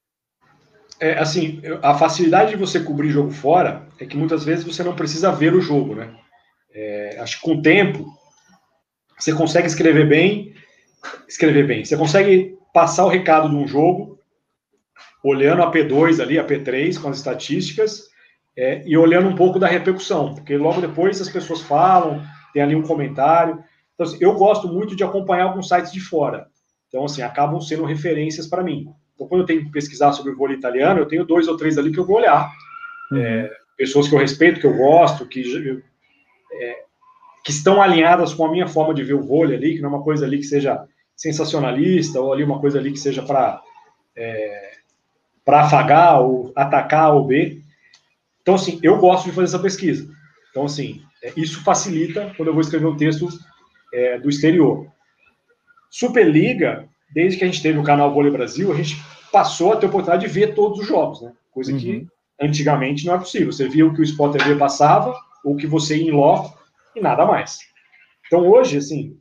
É, assim, a facilidade de você cobrir jogo fora é que muitas vezes você não precisa ver o jogo, né? É, acho que com o tempo você consegue escrever bem, escrever bem. Você consegue passar o recado de um jogo olhando a P dois ali, a P três com as estatísticas é, e olhando um pouco da repercussão, porque logo depois as pessoas falam, tem ali um comentário. Então, assim, eu gosto muito de acompanhar alguns sites de fora. Então, assim, acabam sendo referências para mim. Então, quando eu tenho que pesquisar sobre o vôlei italiano, eu tenho dois ou três ali que eu vou olhar. Uhum. É, pessoas que eu respeito, que eu gosto, que, é, que estão alinhadas com a minha forma de ver o vôlei ali, que não é uma coisa ali que seja sensacionalista, ou ali uma coisa ali que seja para é, para afagar, ou atacar, ou B. Então, assim, eu gosto de fazer essa pesquisa. Então, assim, é, isso facilita quando eu vou escrever um texto é, do exterior. Superliga, desde que a gente teve o canal Vôlei Brasil, a gente passou a ter a oportunidade de ver todos os jogos, né? Coisa uhum. que antigamente não é possível. Você via o que o Sport T V passava, ou que você ia em loco, e nada mais. Então hoje, assim,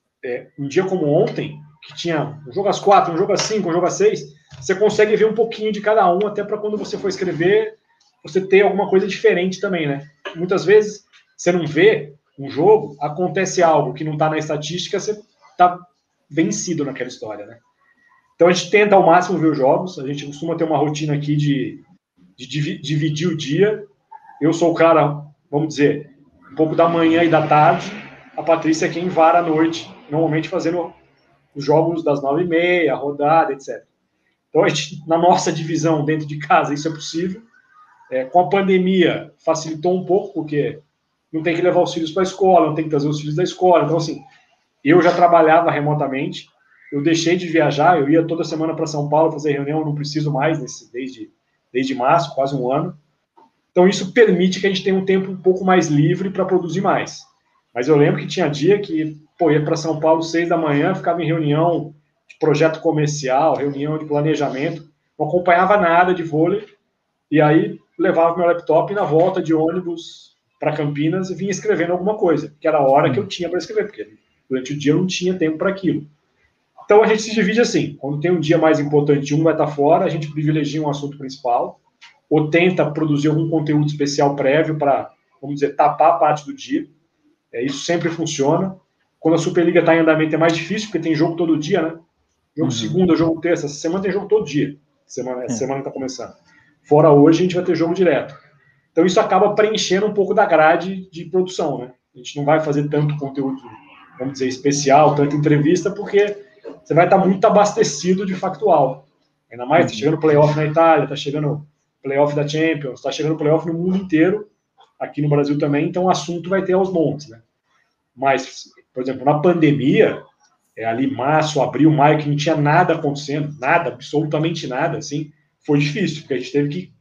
é, um dia como ontem, que tinha um jogo às quatro, um jogo às cinco, um jogo às seis, você consegue ver um pouquinho de cada um, até para quando você for escrever, você ter alguma coisa diferente também, né? Muitas vezes, você não vê um jogo, acontece algo que não está na estatística, você está vencido naquela história, né? Então a gente tenta ao máximo ver os jogos, a gente costuma ter uma rotina aqui de, de dividir o dia. Eu sou o cara, vamos dizer, um pouco da manhã e da tarde, a Patrícia é quem vara à noite, normalmente fazendo os jogos das nove e meia, rodada, etcétera. Então a gente, na nossa divisão dentro de casa, isso é possível. É, com a pandemia, facilitou um pouco, porque não tem que levar os filhos para a escola, não tem que trazer os filhos da escola. Então, assim, eu já trabalhava remotamente, eu deixei de viajar, eu ia toda semana para São Paulo fazer reunião, não preciso mais, nesse, desde, desde março, quase um ano. Então, isso permite que a gente tenha um tempo um pouco mais livre para produzir mais. Mas eu lembro que tinha dia que, pô, ia para São Paulo seis da manhã, ficava em reunião de projeto comercial, reunião de planejamento, não acompanhava nada de vôlei, e aí levava meu laptop e na volta de ônibus para Campinas e vinha escrevendo alguma coisa, que era a hora que eu tinha para escrever, porque durante o dia eu não tinha tempo para aquilo. Então a gente se divide assim, quando tem um dia mais importante, um vai estar fora, a gente privilegia um assunto principal, ou tenta produzir algum conteúdo especial prévio para, vamos dizer, tapar a parte do dia. É, isso sempre funciona. Quando a Superliga está em andamento é mais difícil, porque tem jogo todo dia, né? Jogo uhum. segunda, jogo terça, essa semana tem jogo todo dia, semana, essa é. semana está começando. Fora hoje, a gente vai ter jogo direto. Então isso acaba preenchendo um pouco da grade de produção, né? A gente não vai fazer tanto conteúdo, vamos dizer, especial, tanta entrevista, porque você vai estar muito abastecido de factual. Ainda mais, está chegando playoff na Itália, está chegando playoff da Champions, está chegando playoff no mundo inteiro, aqui no Brasil também, então o assunto vai ter aos montes, né? Mas, por exemplo, na pandemia, é ali março, abril, maio, que não tinha nada acontecendo, nada, absolutamente nada, assim, foi difícil, porque a gente teve que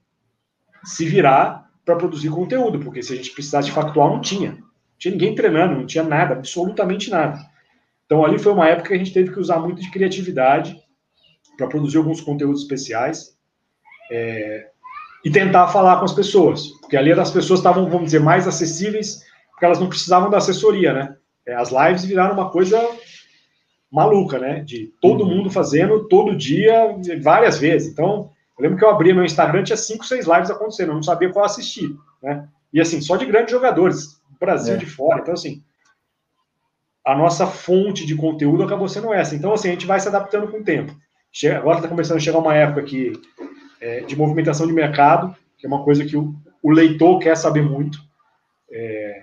se virar para produzir conteúdo, porque se a gente precisasse de factual, não tinha. Não tinha ninguém treinando, não tinha nada, absolutamente nada. Então, ali foi uma época que a gente teve que usar muito de criatividade para produzir alguns conteúdos especiais é, e tentar falar com as pessoas, porque ali as pessoas estavam, vamos dizer, mais acessíveis, porque elas não precisavam da assessoria, né? As lives viraram uma coisa maluca, né? De todo mundo fazendo, todo dia, várias vezes. Então, Eu lembro que eu abria meu Instagram, tinha cinco, seis lives acontecendo, eu não sabia qual assistir, né? E assim, só de grandes jogadores, Brasil É. de fora. Então, assim, a nossa fonte de conteúdo acabou sendo essa. Então, assim, a gente vai se adaptando com o tempo. Chega, agora está começando a chegar uma época que, é, de movimentação de mercado, que é uma coisa que o, o leitor quer saber muito. É,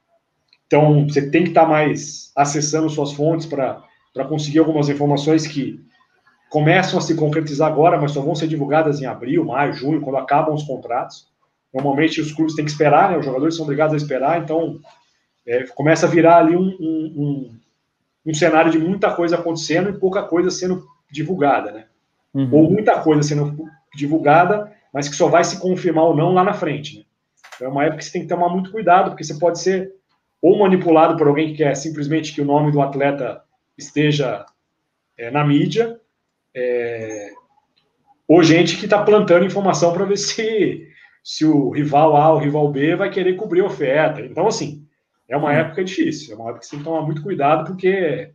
então, você tem que estar mais acessando suas fontes para conseguir algumas informações que começam a se concretizar agora, mas só vão ser divulgadas em abril, maio, junho, quando acabam os contratos. Normalmente, os clubes têm que esperar, né? Os jogadores são obrigados a esperar, então é, começa a virar ali um, um, um, um cenário de muita coisa acontecendo e pouca coisa sendo divulgada, né? Uhum. Ou muita coisa sendo divulgada, mas que só vai se confirmar ou não lá na frente, né? Então, é uma época que você tem que tomar muito cuidado, porque você pode ser ou manipulado por alguém que quer simplesmente que o nome do atleta esteja é, na mídia, é, ou gente que está plantando informação para ver se, se o rival A ou o rival B vai querer cobrir a oferta. Então, assim, é uma hum. época difícil, é uma época que você tem que tomar muito cuidado, porque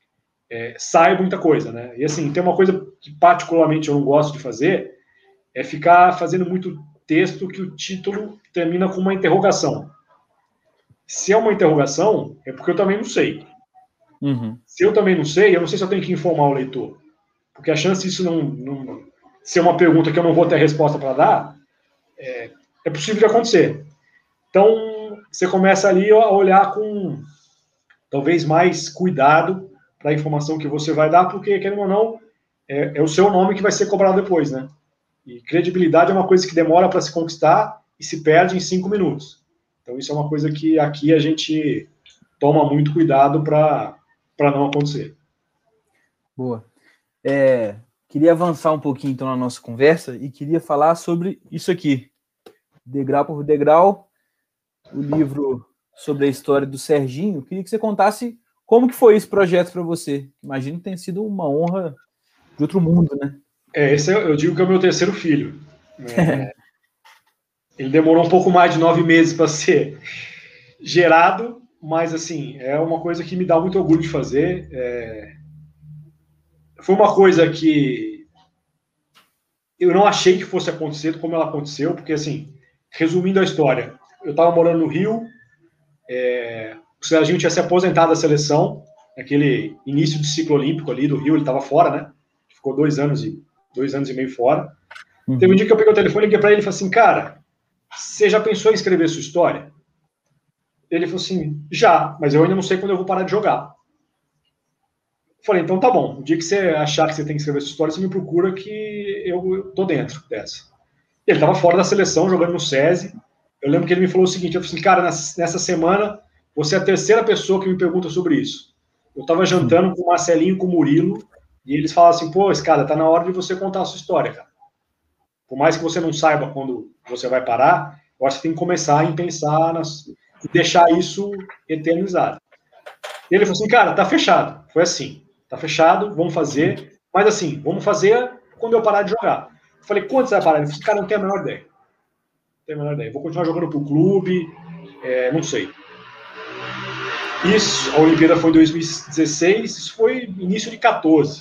é, sai muita coisa, né? E, assim, tem uma coisa que particularmente eu não gosto de fazer, é ficar fazendo muito texto que o título termina com uma interrogação. Se é uma interrogação, é porque eu também não sei. Uhum. Se eu também não sei, eu não sei se eu tenho que informar o leitor. Porque a chance disso não, não ser uma pergunta que eu não vou ter a resposta para dar, é, é possível de acontecer. Então, você começa ali a olhar com talvez mais cuidado para a informação que você vai dar, porque, querendo ou não, é, é o seu nome que vai ser cobrado depois, né? E credibilidade é uma coisa que demora para se conquistar e se perde em cinco minutos. Então, isso é uma coisa que aqui a gente toma muito cuidado para não acontecer. Boa. É, queria avançar um pouquinho, então, na nossa conversa e queria falar sobre isso aqui. Degrau por degrau, o livro sobre a história do Serginho. Queria que você contasse como que foi esse projeto para você. Imagino que tenha sido uma honra de outro mundo, né? É, esse eu digo que é o meu terceiro filho. É, ele demorou um pouco mais de nove meses para ser gerado, mas, assim, é uma coisa que me dá muito orgulho de fazer. É... Foi uma coisa que eu não achei que fosse acontecer como ela aconteceu, porque, assim, resumindo a história, eu estava morando no Rio, é... o Serginho tinha se aposentado da seleção, naquele início de ciclo olímpico ali do Rio, ele estava fora, né? Ficou dois anos e, dois anos e meio fora. Uhum. Teve um dia que eu peguei o telefone, liguei para ele e falei assim, cara, você já pensou em escrever sua história? Ele falou assim, já, mas eu ainda não sei quando eu vou parar de jogar. Eu falei, então tá bom, o dia que você achar que você tem que escrever sua história, você me procura que eu, eu tô dentro dessa. Ele estava fora da seleção, jogando no SESI. Eu lembro que ele me falou o seguinte, eu falei assim, cara, nessa semana, você é a terceira pessoa que me pergunta sobre isso. Eu estava jantando com o Marcelinho e com o Murilo, e eles falaram assim, pô, cara, tá na hora de você contar a sua história, cara. Por mais que você não saiba quando você vai parar, eu acho que tem que começar a pensar nas... e deixar isso eternizado. E ele falou assim, cara, tá fechado. Foi assim, tá fechado, vamos fazer, mas assim, vamos fazer quando eu parar de jogar. Eu falei, quando você vai parar? Ele falou assim, cara, não tenho a menor ideia. Não tenho a menor ideia. Vou continuar jogando pro clube, é, não sei. Isso, a Olimpíada foi em dois mil e dezesseis, isso foi início de quatorze.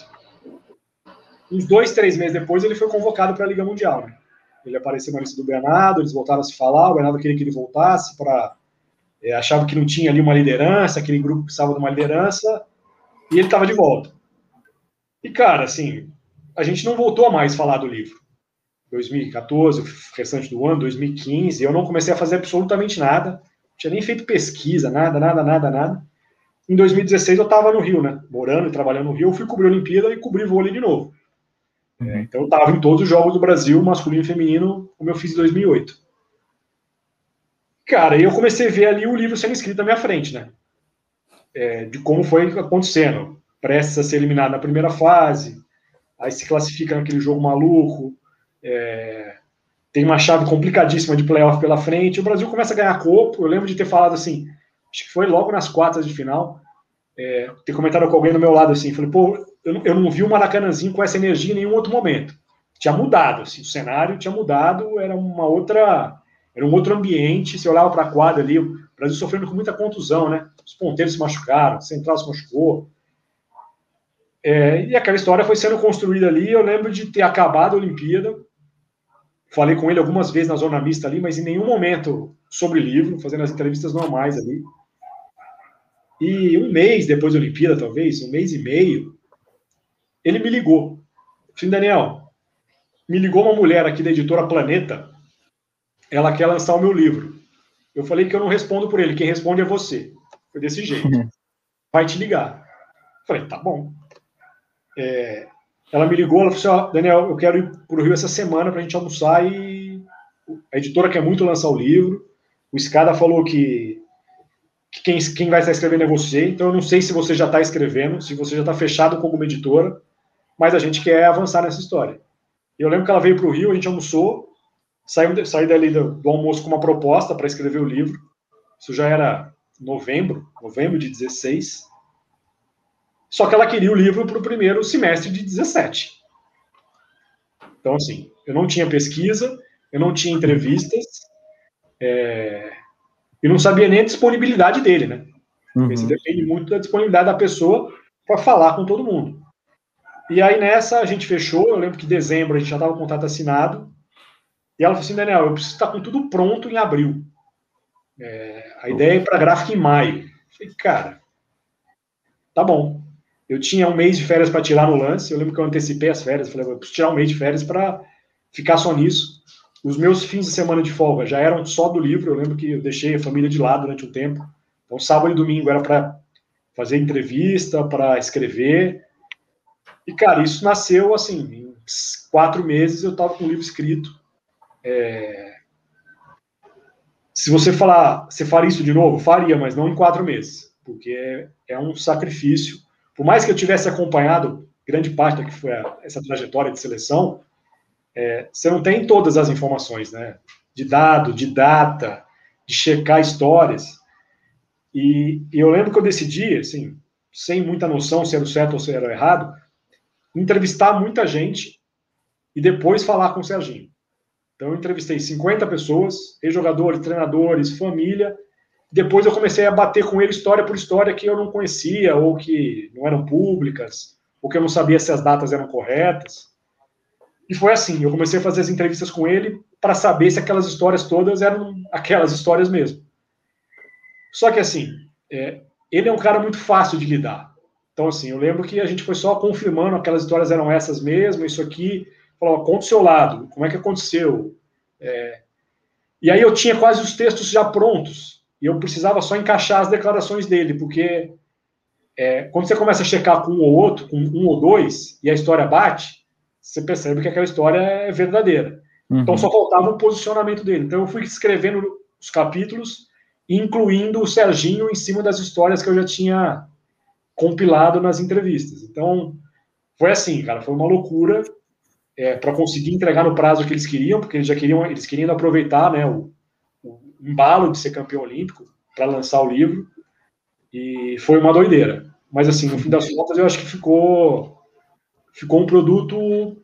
Uns dois, três meses depois, ele foi convocado para a Liga Mundial. Né? Ele apareceu na lista do Bernardo, eles voltaram a se falar, o Bernardo queria que ele voltasse, para é, achava que não tinha ali uma liderança, aquele grupo precisava de uma liderança, e ele estava de volta. E, cara, assim, a gente não voltou a mais falar do livro. dois mil e quatorze, o restante do ano, dois mil e quinze, eu não comecei a fazer absolutamente nada, não tinha nem feito pesquisa, nada, nada, nada, nada. Em dois mil e dezesseis eu estava no Rio, né, morando e trabalhando no Rio, eu fui cobrir a Olimpíada e cobri vôlei de novo. Uhum. É, então eu estava em todos os jogos do Brasil, masculino e feminino, como eu fiz em dois mil e oito. Cara, eu comecei a ver ali o livro sendo escrito na minha frente, né, é, de como foi acontecendo, prestes a ser eliminado na primeira fase, aí se classifica naquele jogo maluco, é, tem uma chave complicadíssima de playoff pela frente, o Brasil começa a ganhar corpo. Eu lembro de ter falado assim, acho que foi logo nas quartas de final, é, ter comentado com alguém do meu lado assim, falei, pô, eu não, eu não vi o Maracanãzinho com essa energia em nenhum outro momento. Tinha mudado, assim, o cenário tinha mudado, era uma outra, era um outro ambiente. Você olhava para a quadra ali, o Brasil sofrendo com muita contusão, né? Os ponteiros se machucaram, o central se machucou. É, e aquela história foi sendo construída ali. Eu lembro de ter acabado a Olimpíada, falei com ele algumas vezes na zona mista ali, mas em nenhum momento sobre livro, fazendo as entrevistas normais ali. E um mês depois da Olimpíada, talvez, um mês e meio, ele me ligou. Falei, Daniel, me ligou uma mulher aqui da editora Planeta, ela quer lançar o meu livro. Eu falei que eu não respondo por ele, quem responde é você. Foi desse jeito. Vai te ligar. Eu falei, tá bom. É, ela me ligou, ela falou assim, ó, Daniel, eu quero ir pro Rio essa semana pra gente almoçar e a editora quer muito lançar o livro. O Escada falou que, que quem, quem vai estar escrevendo é você, então eu não sei se você já está escrevendo, se você já está fechado com alguma editora, mas a gente quer avançar nessa história. E eu lembro que ela veio pro Rio, a gente almoçou, saí, saí dali do, do almoço com uma proposta para escrever o livro. Isso já era novembro, novembro de dezesseis. Só que ela queria o livro para o primeiro semestre de dezessete. Então, assim, eu não tinha pesquisa, eu não tinha entrevistas, é, e não sabia nem a disponibilidade dele, né? Porque uhum. Isso depende muito da disponibilidade da pessoa para falar com todo mundo. E aí, nessa, a gente fechou, eu lembro que em dezembro a gente já estava com o contrato assinado, e ela falou assim, Daniel, eu preciso estar com tudo pronto em abril. É, a ideia é ir para a gráfica em maio. Eu falei, cara, tá bom. Eu tinha um mês de férias para tirar no lance, eu lembro que eu antecipei as férias, eu falei, eu preciso tirar um mês de férias para ficar só nisso. Os meus fins de semana de folga já eram só do livro, eu lembro que eu deixei a família de lado durante um tempo. Então, sábado e domingo era para fazer entrevista, para escrever. E, cara, isso nasceu, assim, em quatro meses eu estava com o livro escrito. É... Se você falar, você faria isso de novo? Faria, mas não em quatro meses, porque é, é um sacrifício. Por mais que eu tivesse acompanhado grande parte da que foi a, essa trajetória de seleção, é, você não tem todas as informações, né? De dado, de data, de checar histórias. E, e eu lembro que eu decidi, assim, sem muita noção se era o certo ou se era o errado, entrevistar muita gente e depois falar com o Serginho. Então eu entrevistei cinquenta pessoas, ex-jogadores, treinadores, família. Depois eu comecei a bater com ele história por história que eu não conhecia, ou que não eram públicas, ou que eu não sabia se as datas eram corretas. E foi assim, eu comecei a fazer as entrevistas com ele para saber se aquelas histórias todas eram aquelas histórias mesmo. Só que assim, é, ele é um cara muito fácil de lidar. Então assim, eu lembro que a gente foi só confirmando aquelas histórias eram essas mesmo, isso aqui, falou, conta o seu lado, como é que aconteceu? É, e aí eu tinha quase os textos já prontos, e eu precisava só encaixar as declarações dele, porque é, quando você começa a checar com um ou outro, com um ou dois, e a história bate, você percebe que aquela história é verdadeira. Uhum. Então só faltava o posicionamento dele. Então eu fui escrevendo os capítulos, incluindo o Serginho em cima das histórias que eu já tinha compilado nas entrevistas. Então foi assim, cara, foi uma loucura é, para conseguir entregar no prazo que eles queriam, porque eles já queriam, eles queriam aproveitar, né, o, o embalo de ser campeão olímpico para lançar o livro. E foi uma doideira. Mas assim, no fim das contas, eu acho que ficou ficou um produto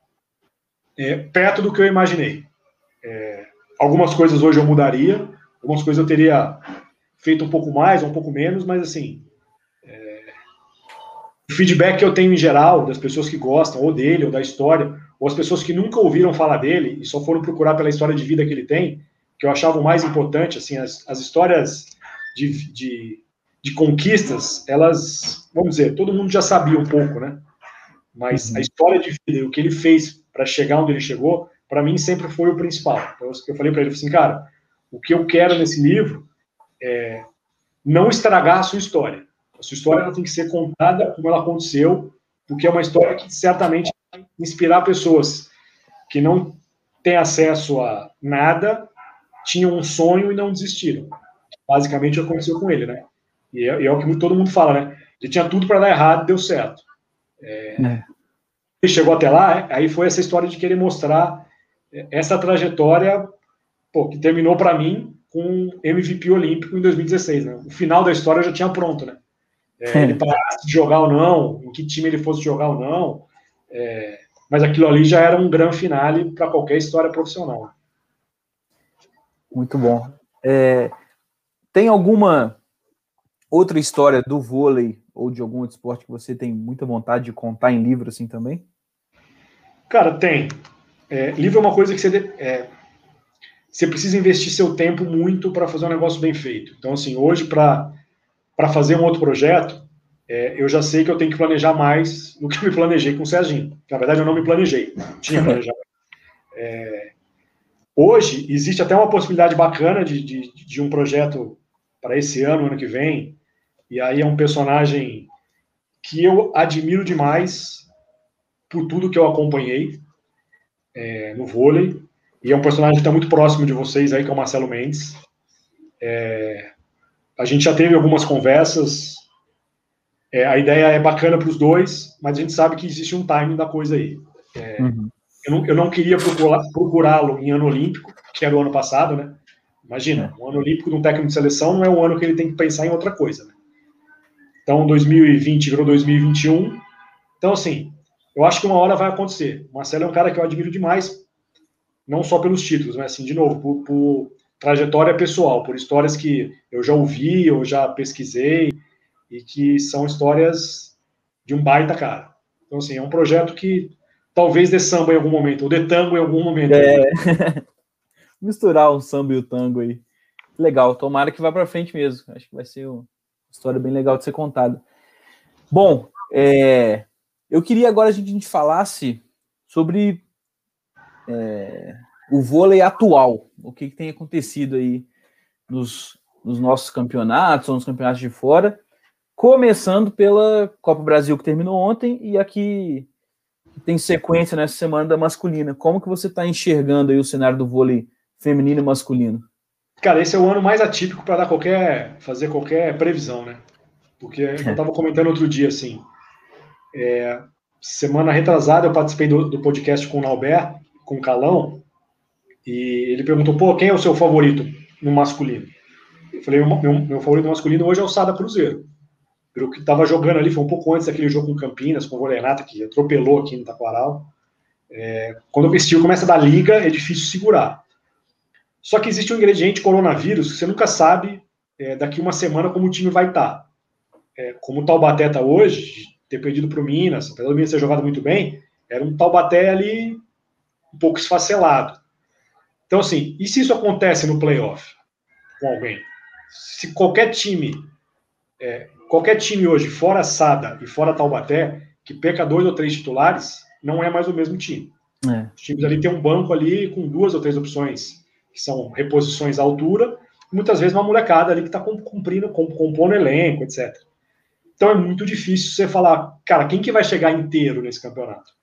é, perto do que eu imaginei. É, algumas coisas hoje eu mudaria, algumas coisas eu teria feito um pouco mais, ou um pouco menos, mas assim, é, o feedback que eu tenho em geral, das pessoas que gostam, ou dele, ou da história, ou as pessoas que nunca ouviram falar dele, e só foram procurar pela história de vida que ele tem, que eu achava o mais importante, assim, as, as histórias de, de, de conquistas, elas, vamos dizer, todo mundo já sabia um pouco, né? Mas uhum. a história de vida, o que ele fez para chegar onde ele chegou, para mim sempre foi o principal. Então, eu falei para ele assim, cara, o que eu quero nesse livro é não estragar a sua história. A sua história ela tem que ser contada como ela aconteceu, porque é uma história que certamente vai inspirar pessoas que não têm acesso a nada, tinham um sonho e não desistiram. Basicamente aconteceu com ele, né? E é, e é o que todo mundo fala, né? Ele tinha tudo para dar errado, deu certo. É, é. Ele chegou até lá, aí foi essa história de querer mostrar essa trajetória, pô, que terminou para mim com M V P olímpico em dois mil e dezesseis, né? O final da história já tinha pronto, né? É, ele parasse de jogar ou não, em que time ele fosse jogar ou não, é, mas aquilo ali já era um grande finale para qualquer história profissional. Muito bom. É, tem alguma outra história do vôlei ou de algum outro esporte que você tem muita vontade de contar em livro assim também? Cara, tem. é, livro é uma coisa que você, é, você precisa investir seu tempo muito para fazer um negócio bem feito. Então, assim, hoje, para fazer um outro projeto, é, eu já sei que eu tenho que planejar mais do que eu me planejei com o Serginho. Na verdade, eu não me planejei, não tinha planejamento. É, hoje, existe até uma possibilidade bacana de, de, de um projeto para esse ano, ano que vem, e aí é um personagem que eu admiro demais por tudo que eu acompanhei é, no vôlei, e é um personagem que está muito próximo de vocês aí, que é o Marcelo Mendes. É, a gente já teve algumas conversas, é, a ideia é bacana para os dois, mas a gente sabe que existe um timing da coisa aí. É, uhum. eu, não, eu não queria procurá-lo em ano olímpico, que era o ano passado, né? Imagina, um ano olímpico de um técnico de seleção não é um ano que ele tem que pensar em outra coisa, né? Então, dois mil e vinte virou dois mil e vinte e um. Então, assim, eu acho que uma hora vai acontecer. O Marcelo é um cara que eu admiro demais, não só pelos títulos, mas, assim, de novo, por, por trajetória pessoal, por histórias que eu já ouvi, eu já pesquisei, e que são histórias de um baita cara. Então, assim, é um projeto que talvez dê samba em algum momento, ou dê tango em algum momento. É. Misturar o samba e o tango aí. Legal, tomara que vá para frente mesmo. Acho que vai ser uma história bem legal de ser contada. Bom, é, eu queria agora que a gente falasse sobre é, o vôlei atual, o que, que tem acontecido aí nos, nos nossos campeonatos, ou nos campeonatos de fora, começando pela Copa Brasil que terminou ontem e aqui tem sequência nessa semana da masculina. Como que você está enxergando aí o cenário do vôlei feminino e masculino? Cara, esse é o ano mais atípico para dar qualquer, fazer qualquer previsão, né? Porque eu estava comentando outro dia, assim, é, semana retrasada eu participei do, do podcast com o Nauber, com o Calão, e ele perguntou, pô, quem é o seu favorito no masculino? Eu falei, meu, meu favorito no masculino hoje é o Sada Cruzeiro. Pelo que estava jogando ali, foi um pouco antes daquele jogo com Campinas, com o Vôlei Renata, que atropelou aqui no Taquaral. É, quando o vestido começa da liga, é difícil segurar. Só que existe um ingrediente coronavírus que você nunca sabe é, daqui uma semana como o time vai estar. É, como o Taubaté está hoje, ter perdido para o Minas, apesar do Minas ter jogado muito bem, era um Taubaté ali um pouco esfacelado. Então, assim, e se isso acontece no playoff com alguém? Se qualquer time, é, qualquer time hoje, fora Sada e fora Taubaté, que perca dois ou três titulares, não é mais o mesmo time. É. Os times ali tem um banco ali com duas ou três opções que são reposições à altura, muitas vezes uma molecada ali que está cumprindo, compondo elenco, etcétera. Então é muito difícil você falar, cara, quem que vai chegar inteiro nesse campeonato?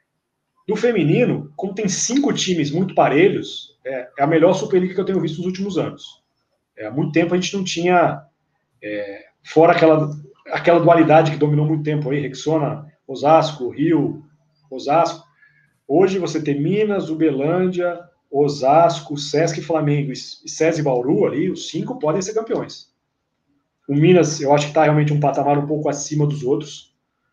Do feminino, como tem cinco times muito parelhos, é, é a melhor Superliga que eu tenho visto nos últimos anos. É, há muito tempo a gente não tinha, é, fora aquela, aquela dualidade que dominou muito tempo aí, Rexona, Osasco, Rio, Osasco. Hoje você tem Minas, Uberlândia, Osasco, Sesc, Flamengo e SESI Bauru ali, os cinco podem ser campeões. O Minas, eu acho que está realmente um patamar um pouco acima dos outros.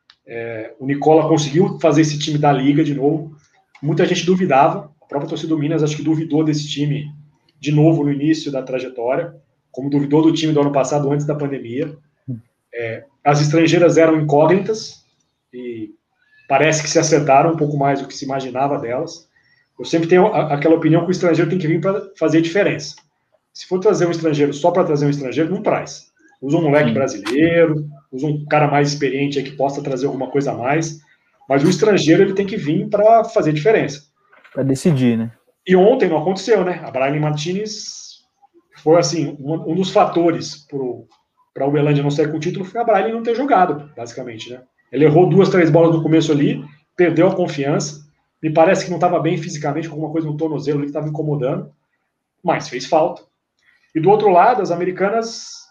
É, o Nicola conseguiu fazer esse time da Liga de novo. Muita gente duvidava, a própria torcida do Minas acho que duvidou desse time de novo no início da trajetória, como duvidou do time do ano passado antes da pandemia. É, as estrangeiras eram incógnitas e parece que se acertaram um pouco mais do que se imaginava delas. Eu sempre tenho aquela opinião que o estrangeiro tem que vir para fazer diferença. Se for trazer um estrangeiro só para trazer um estrangeiro, não traz. Usa um moleque Sim. brasileiro, usa um cara mais experiente aí que possa trazer alguma coisa a mais, mas o estrangeiro ele tem que vir para fazer diferença. Para decidir, né? E ontem não aconteceu, né? A Brian Martinez foi, assim, um, um dos fatores para o Uberlândia não sair com o título foi a Brian não ter jogado, basicamente, né? Ele errou duas, três bolas no começo ali, perdeu a confiança, me parece que não estava bem fisicamente, com alguma coisa no tornozelo ali que estava incomodando, mas fez falta. E do outro lado, as americanas,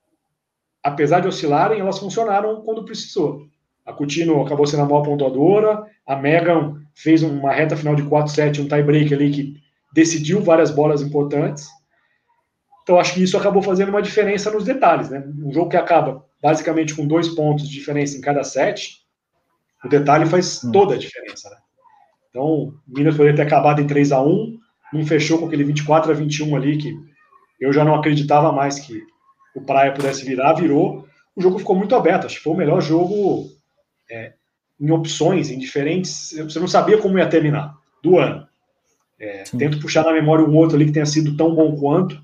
apesar de oscilarem, elas funcionaram quando precisou. A Coutinho acabou sendo a maior pontuadora, a Megan fez uma reta final de quatro sete, um tie-break ali que decidiu várias bolas importantes. Então, acho que isso acabou fazendo uma diferença nos detalhes, né? Um jogo que acaba basicamente com dois pontos de diferença em cada set, o detalhe faz toda a diferença, né? Então, o Minas poderia ter acabado em três a um, não fechou com aquele vinte e quatro a vinte e um ali, que eu já não acreditava mais que o Praia pudesse virar, virou. O jogo ficou muito aberto, acho que foi o melhor jogo é, em opções, em diferentes... Você não sabia como ia terminar, do ano. É, tento puxar na memória um outro ali que tenha sido tão bom quanto,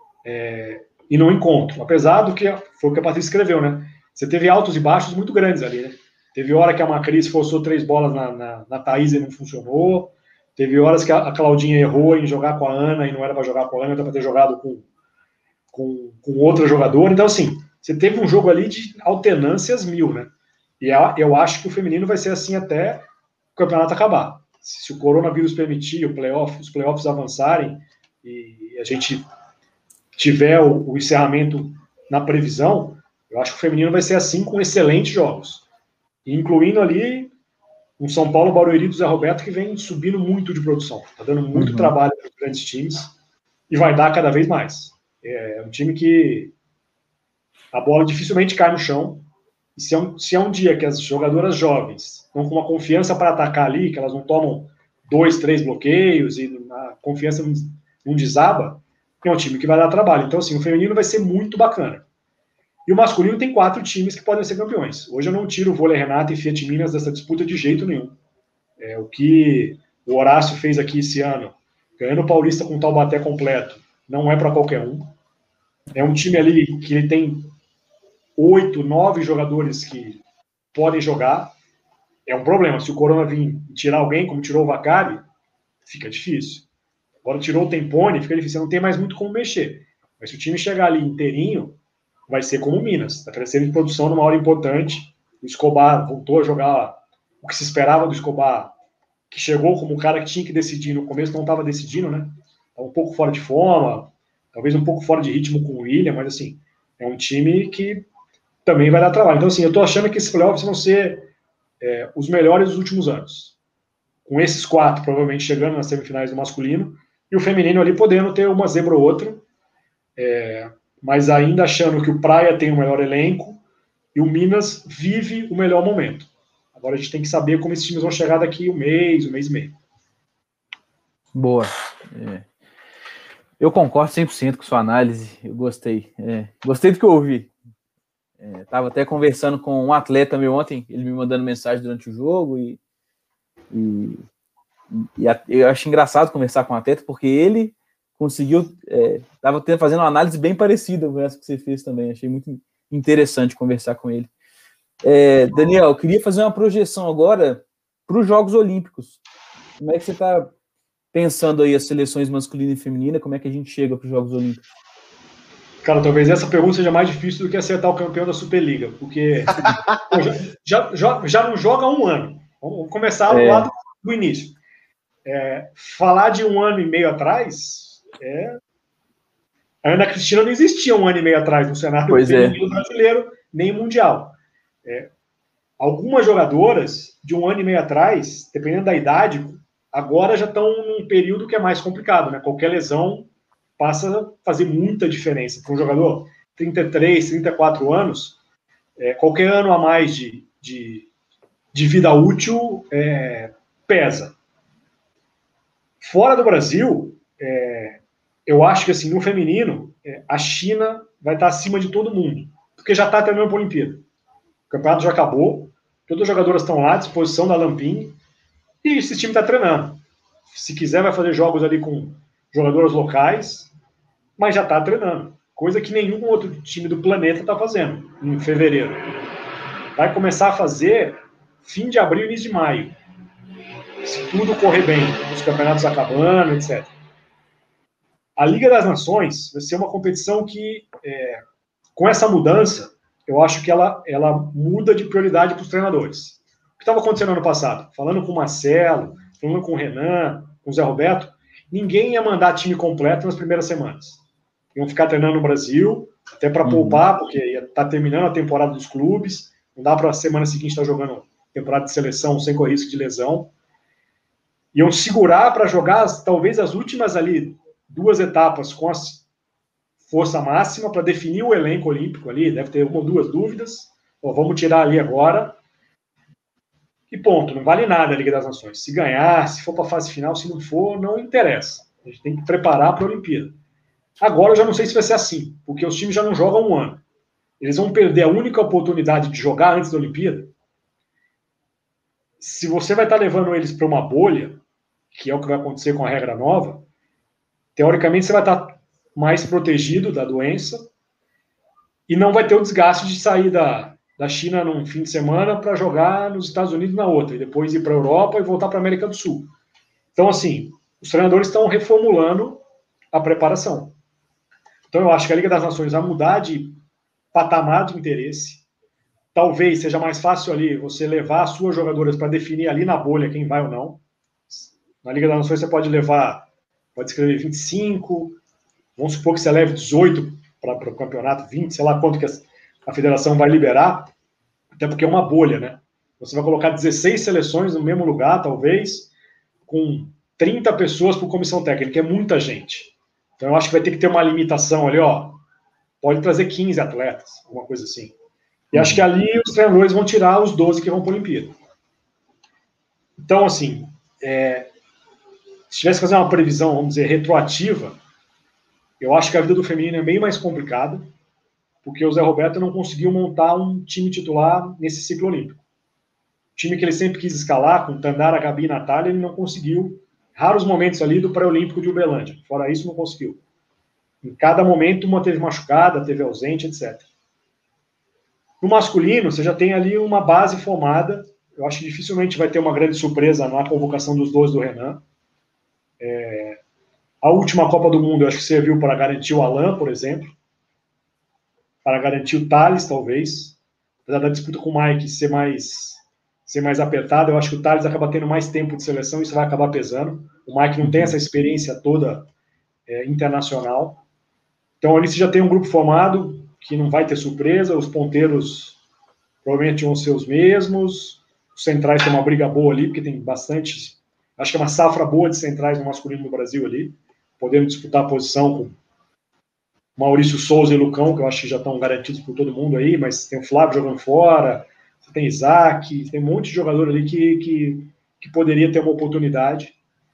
é, e não encontro. Apesar do que foi o que a Patrícia escreveu, né? Você teve altos e baixos muito grandes ali, né? Teve hora que a Macris forçou três bolas na, na, na Thaís e não funcionou. Teve horas que a, a Claudinha errou em jogar com a Ana e não era para jogar com a Ana, era para ter jogado com, com, com outra jogadora. Então, assim, você teve um jogo ali de alternâncias mil, né? E eu acho que o feminino vai ser assim até o campeonato acabar. Se o coronavírus permitir o playoff, os playoffs avançarem e a gente tiver o, o encerramento na previsão, eu acho que o feminino vai ser assim, com excelentes jogos. Incluindo ali um São Paulo, Barueri do Zé Roberto, que vem subindo muito de produção. Está dando muito uhum. trabalho para os grandes times e vai dar cada vez mais. É um time que a bola dificilmente cai no chão. E se é, um, se é um dia que as jogadoras jovens estão com uma confiança para atacar ali, que elas não tomam dois, três bloqueios e a confiança não, não desaba, é um time que vai dar trabalho. Então, assim, o feminino vai ser muito bacana. E o masculino tem quatro times que podem ser campeões. Hoje eu não tiro o Vôlei Renata e Fiat Minas dessa disputa de jeito nenhum. É, o que o Horácio fez aqui esse ano, ganhando o Paulista com o Taubaté completo, não é para qualquer um. É um time ali que ele tem oito, nove jogadores que podem jogar. É um problema. Se o Corona vir tirar alguém, como tirou o Vacari, fica difícil. Agora tirou o Tempone, fica difícil. Você não tem mais muito como mexer. Mas se o time chegar ali inteirinho, vai ser como o Minas. Está crescendo em produção numa hora importante. O Escobar voltou a jogar o que se esperava do Escobar, que chegou como um cara que tinha que decidir. No começo não estava decidindo, né? Estava um pouco fora de forma, talvez um pouco fora de ritmo com o William, mas assim, é um time que também vai dar trabalho. Então, assim, eu estou achando que esses playoffs vão ser é, os melhores dos últimos anos. Com esses quatro, provavelmente, chegando nas semifinais do masculino, e o feminino ali podendo ter uma zebra ou outra, é, mas ainda achando que o Praia tem o melhor elenco e o Minas vive o melhor momento. Agora a gente tem que saber como esses times vão chegar daqui um mês, um mês e meio. Boa. É. Eu concordo cem por cento com sua análise, eu gostei. É, gostei do que eu ouvi. Estava é, até conversando com um atleta meu ontem, ele me mandando mensagem durante o jogo, e, e, e a, eu acho engraçado conversar com um atleta, porque ele conseguiu, estava é, fazendo uma análise bem parecida com essa que você fez também, achei muito interessante conversar com ele. É, Daniel, eu queria fazer uma projeção agora para os Jogos Olímpicos. Como é que você está pensando aí as seleções masculina e feminina, como é que a gente chega para os Jogos Olímpicos? Cara, talvez essa pergunta seja mais difícil do que acertar o campeão da Superliga, porque já, já, já não joga há um ano. Vamos começar é. lá do, do início. É, falar de um ano e meio atrás, é... a Ana Cristina não existia um ano e meio atrás no cenário pois feminino é. brasileiro, nem mundial. É, algumas jogadoras de um ano e meio atrás, dependendo da idade, agora já estão num período que é mais complicado, né? Qualquer lesão passa a fazer muita diferença. Para um jogador trinta e três, trinta e quatro anos, é, qualquer ano a mais de, de, de vida útil é, pesa. Fora do Brasil, é, eu acho que assim, no feminino, é, a China vai estar acima de todo mundo, porque já está terminando a Olimpíada. O campeonato já acabou, todas as jogadoras estão lá à disposição da Lampin, e esse time está treinando. Se quiser, vai fazer jogos ali com jogadoras locais, mas já está treinando. Coisa que nenhum outro time do planeta está fazendo em fevereiro. Vai começar a fazer fim de abril, início de maio. Se tudo correr bem, os campeonatos acabando, etcétera. A Liga das Nações vai ser uma competição que, é, com essa mudança, eu acho que ela, ela muda de prioridade para os treinadores. O que estava acontecendo ano passado? Falando com o Marcelo, falando com o Renan, com o Zé Roberto, ninguém ia mandar time completo nas primeiras semanas. Iam ficar treinando no Brasil, até para uhum. poupar, porque ia estar tá terminando a temporada dos clubes, não dá para a semana seguinte estar tá jogando temporada de seleção sem correr risco de lesão. Iam segurar para jogar, talvez, as últimas ali, duas etapas com a força máxima para definir o elenco olímpico ali, deve ter uma ou duas dúvidas, ó, vamos tirar ali agora, e ponto, não vale nada a Liga das Nações. Se ganhar, se for para a fase final, se não for, não interessa. A gente tem que preparar para a Olimpíada. Agora eu já não sei se vai ser assim, porque os times já não jogam um ano. Eles vão perder a única oportunidade de jogar antes da Olimpíada. Se você vai estar levando eles para uma bolha, que é o que vai acontecer com a regra nova, teoricamente você vai estar mais protegido da doença e não vai ter o desgaste de sair da, da China num fim de semana para jogar nos Estados Unidos na outra, e depois ir para a Europa e voltar para a América do Sul. Então, assim, os treinadores estão reformulando a preparação. Então, eu acho que a Liga das Nações vai mudar de patamar de interesse. Talvez seja mais fácil ali você levar as suas jogadoras para definir ali na bolha quem vai ou não. Na Liga das Nações você pode levar, pode escrever vinte e cinco, vamos supor que você leve dezoito para o campeonato, vinte, sei lá quanto que a federação vai liberar, até porque é uma bolha, né? Você vai colocar dezesseis seleções no mesmo lugar, talvez, com trinta pessoas por comissão técnica, é muita gente. Então eu acho que vai ter que ter uma limitação ali, ó, pode trazer quinze atletas, alguma coisa assim. E acho que ali os treinadores vão tirar os doze que vão para a Olimpíada. Então, assim, é, se tivesse que fazer uma previsão, vamos dizer, retroativa, eu acho que a vida do feminino é bem mais complicada, porque o Zé Roberto não conseguiu montar um time titular nesse ciclo olímpico. O time que ele sempre quis escalar, com Tandara, Gabi e Natália, ele não conseguiu. Raros momentos ali do pré-olímpico de Uberlândia. Fora isso, não conseguiu. Em cada momento, uma teve machucada, teve ausente, etcétera. No masculino, você já tem ali uma base formada. Eu acho que dificilmente vai ter uma grande surpresa na convocação dos dois do Renan. É... A última Copa do Mundo, eu acho que serviu para garantir o Alain, por exemplo. Para garantir o Thales, talvez. Apesar da disputa com o Mike ser mais, ser mais apertada, eu acho que o Thales acaba tendo mais tempo de seleção e isso vai acabar pesando. O Mike não tem essa experiência toda é, internacional. Então, ali você já tem um grupo formado, que não vai ter surpresa, os ponteiros provavelmente vão ser os mesmos, os centrais tem uma briga boa ali, porque tem bastante, acho que é uma safra boa de centrais no masculino no Brasil ali, podendo disputar a posição com Maurício Souza e Lucão, que eu acho que já estão garantidos por todo mundo aí, mas tem o Flávio jogando fora, você tem Isaac, tem um monte de jogador ali que, que, que poderia ter uma oportunidade.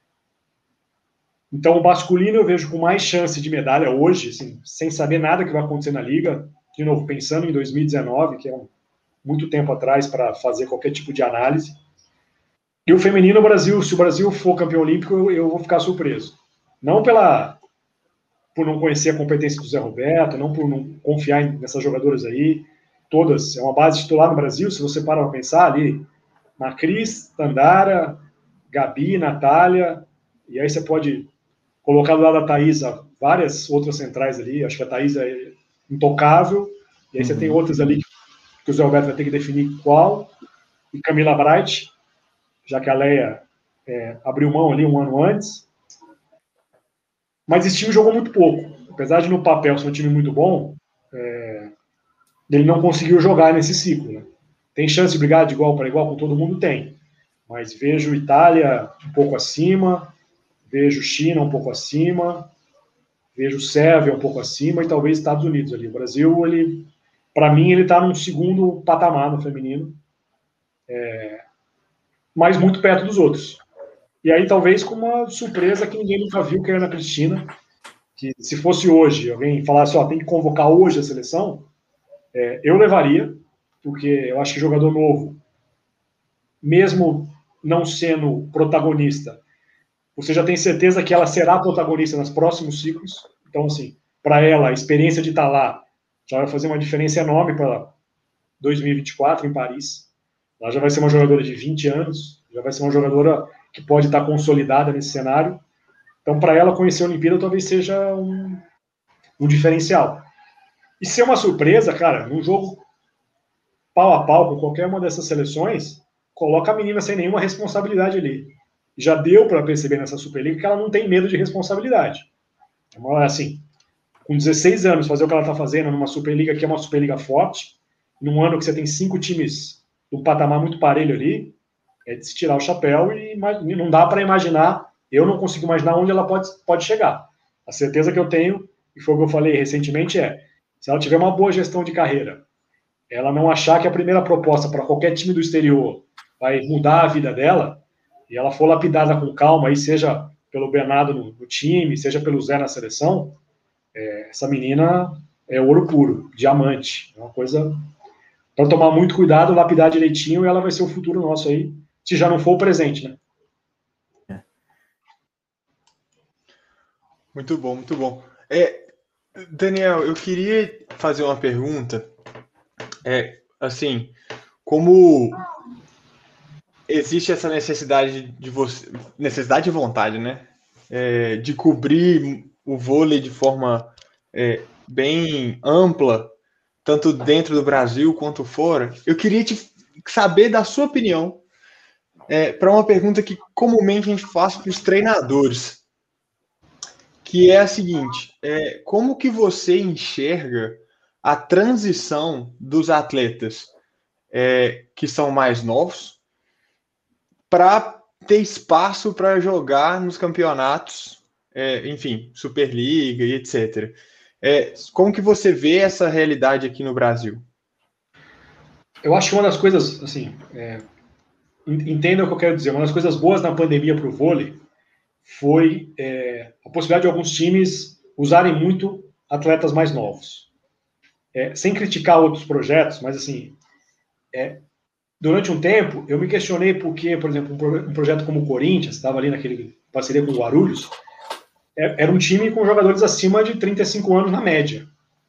Então, o masculino eu vejo com mais chance de medalha hoje, assim, sem saber nada que vai acontecer na Liga. De novo, pensando em dois mil e dezenove, que é um, muito tempo atrás para fazer qualquer tipo de análise. E o feminino, o Brasil, se o Brasil for campeão olímpico, eu, eu vou ficar surpreso. Não pela, por não conhecer a competência do Zé Roberto, não por não confiar nessas jogadoras aí. Todas, é uma base titular no Brasil, se você parar para pensar ali, Macris, Tandara, Gabi, Natália, e aí você pode colocar do lado da Thaísa várias outras centrais ali, acho que a Thaísa é intocável, e aí uhum. Você tem outras ali que, que o Zé Roberto vai ter que definir qual, e Camila Bright, já que a Leia é, abriu mão ali um ano antes. Mas esse time jogou muito pouco, apesar de no papel ser um time muito bom, é, ele não conseguiu jogar nesse ciclo, né? Tem chance de brigar de igual para igual com todo mundo? Tem, mas vejo Itália um pouco acima, vejo China um pouco acima, vejo Sérvia um pouco acima e talvez Estados Unidos ali. O Brasil, ele, para mim, ele está num segundo patamar no feminino, é, mas muito perto dos outros. E aí talvez com uma surpresa que ninguém nunca viu, que é a Ana Cristina, que se fosse hoje, alguém falasse, ó, tem que convocar hoje a seleção, é, eu levaria, porque eu acho que jogador novo, mesmo não sendo protagonista, você já tem certeza que ela será protagonista nos próximos ciclos. Então, assim, para ela, a experiência de estar lá já vai fazer uma diferença enorme para dois mil e vinte e quatro, em Paris. Ela já vai ser uma jogadora de vinte anos, já vai ser uma jogadora que pode estar consolidada nesse cenário. Então, para ela, conhecer a Olimpíada talvez seja um, um diferencial. E ser uma surpresa, cara, num jogo pau a pau com qualquer uma dessas seleções, coloca a menina sem nenhuma responsabilidade ali. Já deu para perceber nessa Superliga que ela não tem medo de responsabilidade. Assim, com dezesseis anos, fazer o que ela está fazendo numa Superliga que é uma Superliga forte, num ano que você tem cinco times de um patamar muito parelho ali, é de se tirar o chapéu e não dá para imaginar, eu não consigo imaginar onde ela pode, pode chegar. A certeza que eu tenho, e foi o que eu falei recentemente, é, se ela tiver uma boa gestão de carreira, ela não achar que a primeira proposta para qualquer time do exterior vai mudar a vida dela, e ela for lapidada com calma, aí seja pelo Bernardo no, no time, seja pelo Zé na seleção, é, essa menina é ouro puro, diamante. É uma coisa para tomar muito cuidado, lapidar direitinho, e ela vai ser o futuro nosso aí, se já não for o presente, né? É. Muito bom, muito bom. É, Daniel, eu queria fazer uma pergunta. É, assim, como existe essa necessidade de você, necessidade e vontade, né? É, de cobrir o vôlei de forma é, bem ampla, tanto dentro do Brasil quanto fora. Eu queria te saber da sua opinião é, para uma pergunta que comumente a gente faz para os treinadores, que é a seguinte: é, como que você enxerga a transição dos atletas é, que são mais novos para ter espaço para jogar nos campeonatos, é, enfim, Superliga e etcétera. É, como que você vê essa realidade aqui no Brasil? Eu acho que uma das coisas, assim, é, entenda o que eu quero dizer, uma das coisas boas na pandemia para o vôlei foi é, a possibilidade de alguns times usarem muito atletas mais novos. É, sem criticar outros projetos, mas assim, é, durante um tempo eu me questionei porque, por exemplo, um, pro, um projeto como o Corinthians, estava ali naquele parceria com o Guarulhos, é, era um time com jogadores acima de trinta e cinco anos na média.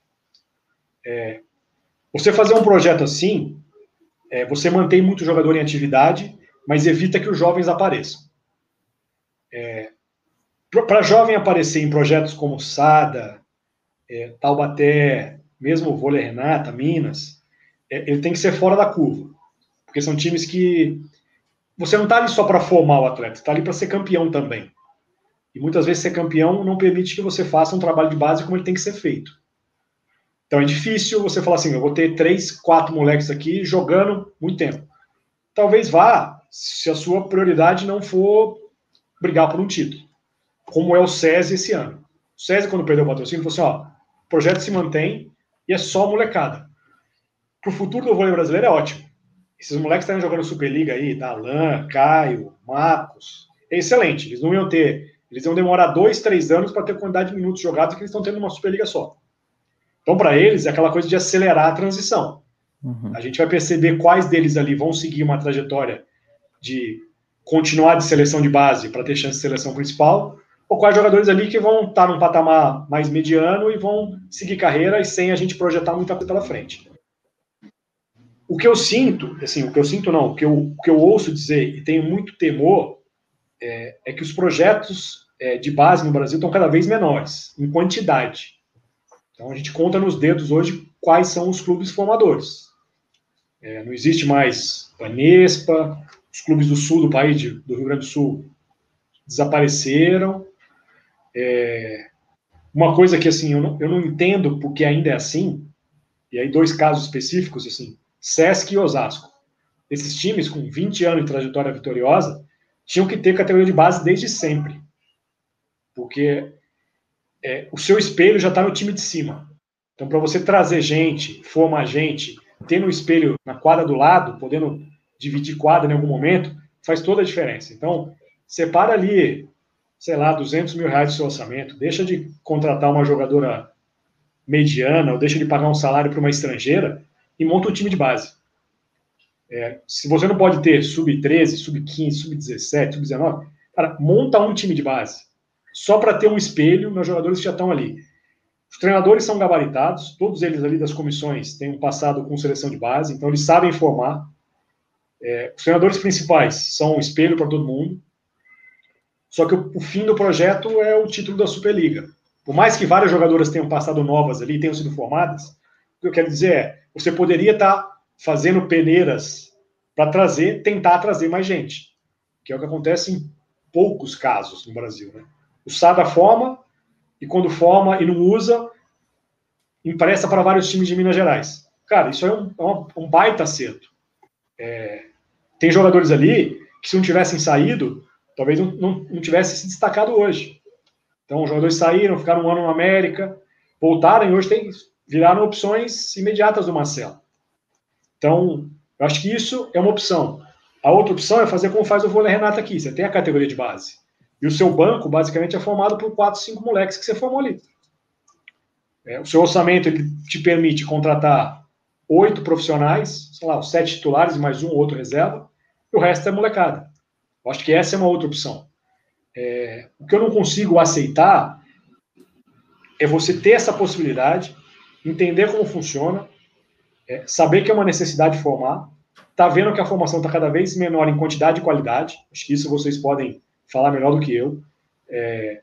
É, você fazer um projeto assim, é, você mantém muito jogador em atividade, mas evita que os jovens apareçam. É, para jovem aparecer em projetos como Sada, é, Taubaté, mesmo o Vôlei Renata, Minas, é, ele tem que ser fora da curva. Porque são times que você não está ali só para formar o atleta, está ali para ser campeão também. E muitas vezes ser campeão não permite que você faça um trabalho de base como ele tem que ser feito. Então é difícil você falar assim, eu vou ter três, quatro moleques aqui jogando muito tempo. Talvez vá, se a sua prioridade não for brigar por um título, como é o SESI esse ano. O SESI, quando perdeu o patrocínio, falou assim, ó, o projeto se mantém e é só molecada. Para o futuro do vôlei brasileiro é ótimo. Esses moleques que estão jogando Superliga aí, tá? Alain, Caio, Marcos, é excelente. Eles não iam ter, eles iam demorar dois, três anos para ter a quantidade de minutos jogados que eles estão tendo numa Superliga só. Então, para eles, é aquela coisa de acelerar a transição. Uhum. A gente vai perceber quais deles ali vão seguir uma trajetória de continuar de seleção de base para ter chance de seleção principal, ou quais jogadores ali que vão estar num patamar mais mediano e vão seguir carreira e sem a gente projetar muita coisa pela frente. O que eu sinto, assim, o que eu sinto não, o que eu, o que eu ouço dizer e tenho muito temor é, é que os projetos é, de base no Brasil estão cada vez menores, em quantidade. Então a gente conta nos dedos hoje quais são os clubes formadores. É, não existe mais Banespa, os clubes do sul do país, de, do Rio Grande do Sul, desapareceram. É, uma coisa que assim eu não, eu não entendo porque ainda é assim, e aí dois casos específicos, assim, Sesc e Osasco. Esses times com vinte anos de trajetória vitoriosa tinham que ter categoria de base desde sempre. Porque é, o seu espelho já está no time de cima. Então, para você trazer gente, formar gente, tendo um espelho na quadra do lado, podendo dividir quadra em algum momento, faz toda a diferença. Então, separa ali, sei lá, duzentos mil reais do seu orçamento, deixa de contratar uma jogadora mediana, ou deixa de pagar um salário para uma estrangeira, e monta um time de base. É, se você não pode ter sub treze, sub quinze, sub dezessete, sub dezenove, cara, monta um time de base, só para ter um espelho nos jogadores que já estão ali. Os treinadores são gabaritados, todos eles ali das comissões têm um passado com seleção de base, então eles sabem formar. É, os treinadores principais são um espelho para todo mundo, só que o, o fim do projeto é o título da Superliga. Por mais que várias jogadoras tenham passado novas ali, tenham sido formadas, o que eu quero dizer é, você poderia estar tá fazendo peneiras para trazer, tentar trazer mais gente, que é o que acontece em poucos casos no Brasil, né? O Sada forma, e quando forma e não usa, empresta para vários times de Minas Gerais. Cara, isso é um, um baita acerto. É, tem jogadores ali que, se não tivessem saído, talvez não, não, não tivessem se destacado hoje. Então, os jogadores saíram, ficaram um ano na América, voltaram e hoje tem, viraram opções imediatas do Marcelo. Então, eu acho que isso é uma opção. A outra opção é fazer como faz o Vôlei Renata aqui. Você tem a categoria de base. E o seu banco, basicamente, é formado por quatro, cinco moleques que você formou ali. É, o seu orçamento ele te permite contratar oito profissionais, sei lá, os sete titulares e mais um ou outro reserva, e o resto é molecada. Eu acho que essa é uma outra opção. É, o que eu não consigo aceitar é você ter essa possibilidade, entender como funciona, é, saber que é uma necessidade formar, tá vendo que a formação está cada vez menor em quantidade e qualidade, acho que isso vocês podem falar melhor do que eu, é,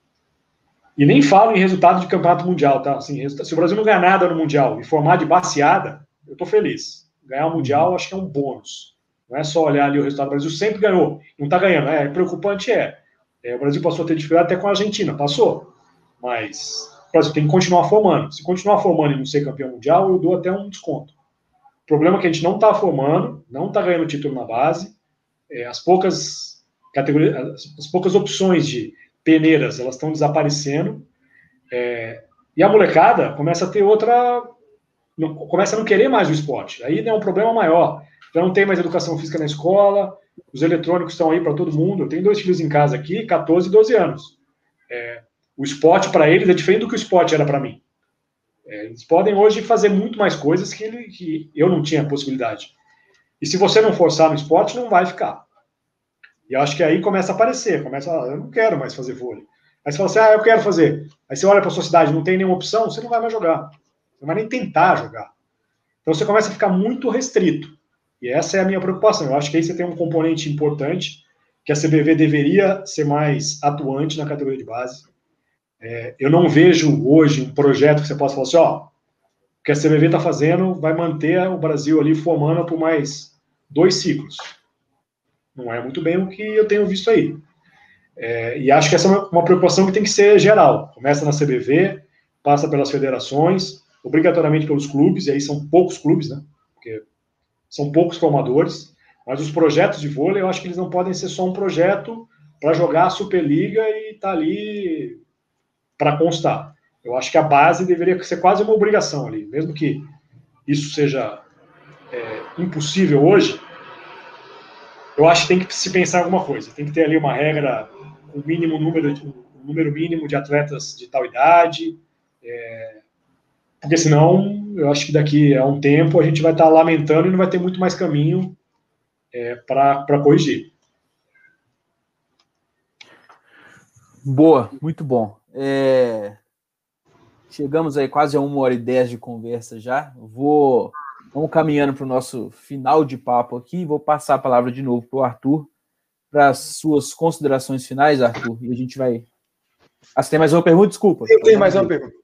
e nem falo em resultado de campeonato mundial, tá? Assim, se o Brasil não ganhar nada no mundial e formar de baseada, eu tô feliz. Ganhar o mundial acho que é um bônus. Não é só olhar ali o resultado. O Brasil sempre ganhou. Não tá ganhando. É preocupante, é. é o Brasil passou a ter dificuldade até com a Argentina. Passou. Mas o Brasil tem que continuar formando. Se continuar formando e não ser campeão mundial, eu dou até um desconto. O problema é que a gente não tá formando, não tá ganhando título na base. É, as poucas categorias, as, as poucas opções de peneiras, elas estão desaparecendo, é, e a molecada começa a ter outra, não, começa a não querer mais o esporte, aí é um problema maior, já não tem mais educação física na escola, os eletrônicos estão aí para todo mundo, eu tenho dois filhos em casa aqui, catorze e doze anos, é, o esporte para eles é diferente do que o esporte era para mim, é, eles podem hoje fazer muito mais coisas que, ele, que eu não tinha possibilidade, e se você não forçar no esporte, não vai ficar. E eu acho que aí começa a aparecer, começa a, eu não quero mais fazer vôlei. Aí você fala assim, ah, eu quero fazer. Aí você olha para a sua cidade, não tem nenhuma opção, você não vai mais jogar. Você não vai nem tentar jogar. Então você começa a ficar muito restrito. E essa é a minha preocupação. Eu acho que aí você tem um componente importante, que a C B V deveria ser mais atuante na categoria de base. É, eu não vejo hoje um projeto que você possa falar assim, ó, o que a C B V está fazendo vai manter o Brasil ali formando por mais dois ciclos. Não é muito bem o que eu tenho visto aí. É, e acho que essa é uma, uma preocupação que tem que ser geral. Começa na C B V, passa pelas federações, obrigatoriamente pelos clubes, e aí são poucos clubes, né? Porque são poucos formadores, mas os projetos de vôlei, eu acho que eles não podem ser só um projeto para jogar a Superliga e estar tá ali para constar. Eu acho que a base deveria ser quase uma obrigação ali, mesmo que isso seja é, impossível hoje. Eu acho que tem que se pensar em alguma coisa. Tem que ter ali uma regra, um mínimo número, um número mínimo de atletas de tal idade, é, porque senão, eu acho que daqui a um tempo a gente vai estar lamentando e não vai ter muito mais caminho é, para corrigir. Boa, muito bom. É... Chegamos aí quase a uma hora e dez de conversa já. Vou... Vamos caminhando para o nosso final de papo aqui. Vou passar a palavra de novo para o Arthur, para as suas considerações finais, Arthur. E a gente vai... Ah, você tem mais uma pergunta? Desculpa. Eu tenho mais uma pergunta.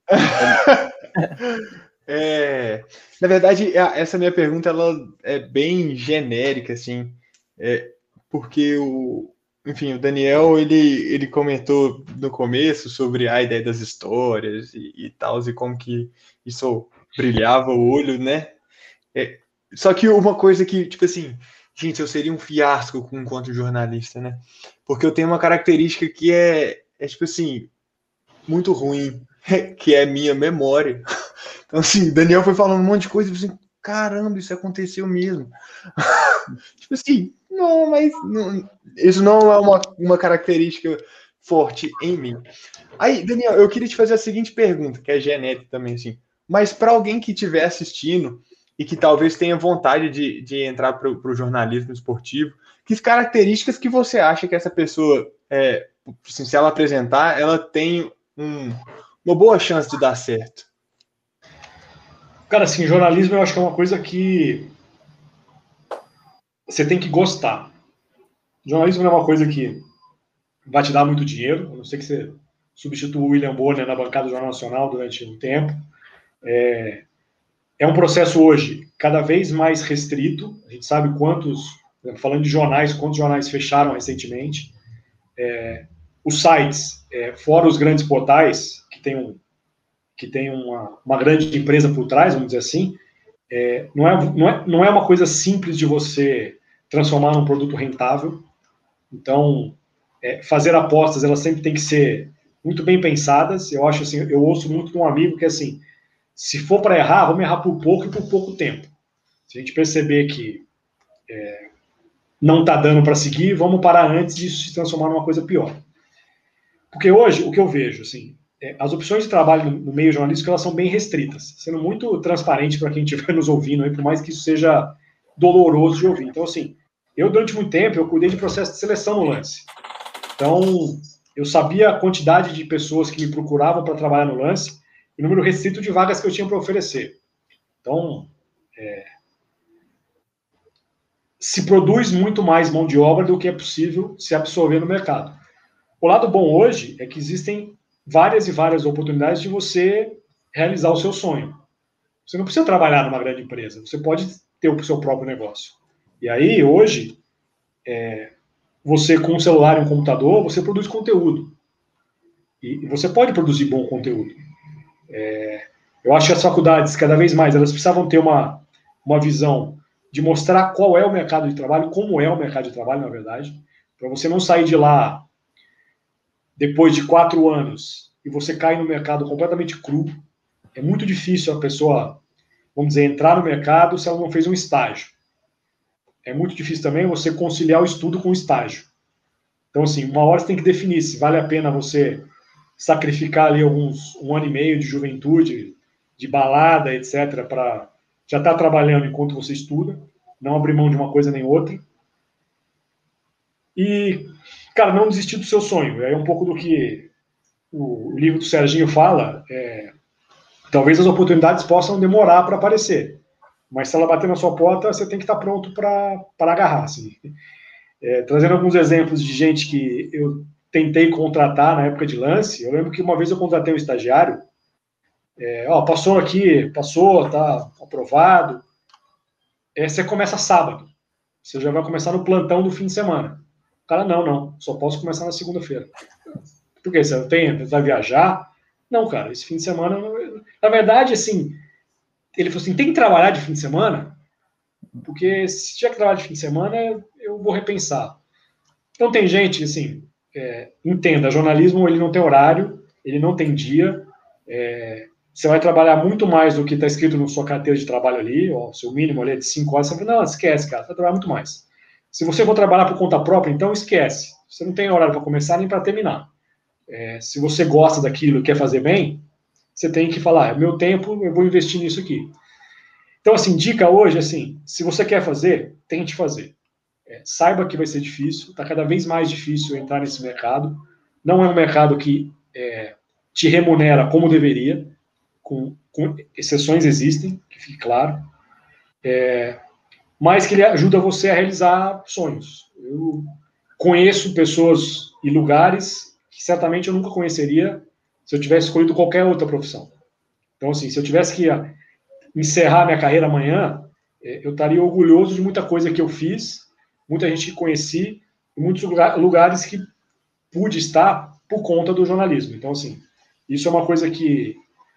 é, na verdade, essa minha pergunta ela é bem genérica, assim, é, porque o, enfim, o Daniel ele, ele comentou no começo sobre a ideia das histórias e, e tal, e como que isso brilhava o olho, né? É, só que uma coisa que, tipo assim, gente, eu seria um fiasco enquanto jornalista, né? Porque eu tenho uma característica que é, é tipo assim, muito ruim, que é minha memória. Então, assim, Daniel foi falando um monte de coisa, e eu assim, caramba, isso aconteceu mesmo. Tipo assim, não, mas não, isso não é uma, uma característica forte em mim. Aí, Daniel, eu queria te fazer a seguinte pergunta, que é genérica também, assim, mas para alguém que estiver assistindo e que talvez tenha vontade de, de entrar para o jornalismo esportivo, que características que você acha que essa pessoa, é, assim, se ela apresentar, ela tem um, uma boa chance de dar certo? Cara, assim, jornalismo eu acho que é uma coisa que você tem que gostar. Jornalismo não é uma coisa que vai te dar muito dinheiro, a não ser que você substitua o William Bonner na bancada do Jornal Nacional durante um tempo. É... É um processo hoje cada vez mais restrito. A gente sabe quantos, falando de jornais, quantos jornais fecharam recentemente. É, os sites, é, fora os grandes portais, que tem, um, que tem uma, uma grande empresa por trás, vamos dizer assim, é, não, é, não, é, não é uma coisa simples de você transformar num produto rentável. Então, é, fazer apostas, elas sempre têm que ser muito bem pensadas. Eu acho assim, eu ouço muito de um amigo que é assim, se for para errar, vamos errar por pouco e por pouco tempo. Se a gente perceber que é, não está dando para seguir, vamos parar antes disso se transformar numa coisa pior. Porque hoje, o que eu vejo, assim, é, as opções de trabalho no, no meio jornalístico, elas são bem restritas, sendo muito transparente para quem estiver nos ouvindo, aí, por mais que isso seja doloroso de ouvir. Então, assim, eu, durante muito tempo, eu cuidei de processo de seleção no lance. Então, eu sabia a quantidade de pessoas que me procuravam para trabalhar no lance e o número restrito de vagas que eu tinha para oferecer. Então, é, se produz muito mais mão de obra do que é possível se absorver no mercado. O lado bom hoje é que existem várias e várias oportunidades de você realizar o seu sonho. Você não precisa trabalhar numa grande empresa, você pode ter o seu próprio negócio. E aí, hoje, é, você com um celular e um computador, você produz conteúdo. E, e você pode produzir bom conteúdo. É, eu acho que as faculdades, cada vez mais, elas precisavam ter uma, uma visão de mostrar qual é o mercado de trabalho, como é o mercado de trabalho, na verdade, para você não sair de lá depois de quatro anos e você cair no mercado completamente cru. É muito difícil a pessoa, vamos dizer, entrar no mercado se ela não fez um estágio. É muito difícil também você conciliar o estudo com o estágio. Então, assim, uma hora você tem que definir se vale a pena você sacrificar ali alguns, um ano e meio de juventude, de balada, etcétera, para já estar trabalhando enquanto você estuda, não abrir mão de uma coisa nem outra. E, cara, não desistir do seu sonho. É um pouco do que o livro do Serginho fala. É, talvez as oportunidades possam demorar para aparecer, mas se ela bater na sua porta, você tem que estar pronto para agarrar. Assim. É, trazendo alguns exemplos de gente que eu tentei contratar na época de lance, eu lembro que uma vez eu contratei um estagiário, é, ó, passou aqui, passou, tá aprovado, é, você começa sábado, você já vai começar no plantão do fim de semana. O cara, não, não, só posso começar na segunda-feira. Por quê? Você tem, você vai viajar? Não, cara, esse fim de semana, na verdade, assim, ele falou assim, tem que trabalhar de fim de semana? Porque se tiver que trabalhar de fim de semana, eu vou repensar. Então tem gente, assim, é, entenda, jornalismo ele não tem horário, ele não tem dia, é, você vai trabalhar muito mais do que está escrito na sua carteira de trabalho ali, ó, seu mínimo ali é de cinco horas, você fala, não, esquece, cara, você vai trabalhar muito mais. Se você for trabalhar por conta própria, então esquece, você não tem horário para começar nem para terminar. É, se você gosta daquilo e quer fazer bem, você tem que falar, é meu tempo, eu vou investir nisso aqui. Então, assim, dica hoje, assim, se você quer fazer, tente fazer. É, saiba que vai ser difícil, está cada vez mais difícil entrar nesse mercado. Não é um mercado que é, te remunera como deveria, com, com exceções existem, que fique claro, é, mas que ele ajuda você a realizar sonhos. Eu conheço pessoas e lugares que certamente eu nunca conheceria se eu tivesse escolhido qualquer outra profissão. Então, assim, se eu tivesse que encerrar minha carreira amanhã, eu estaria orgulhoso de muita coisa que eu fiz, muita gente que conheci, e muitos lugares que pude estar por conta do jornalismo. Então, assim, isso é uma coisa que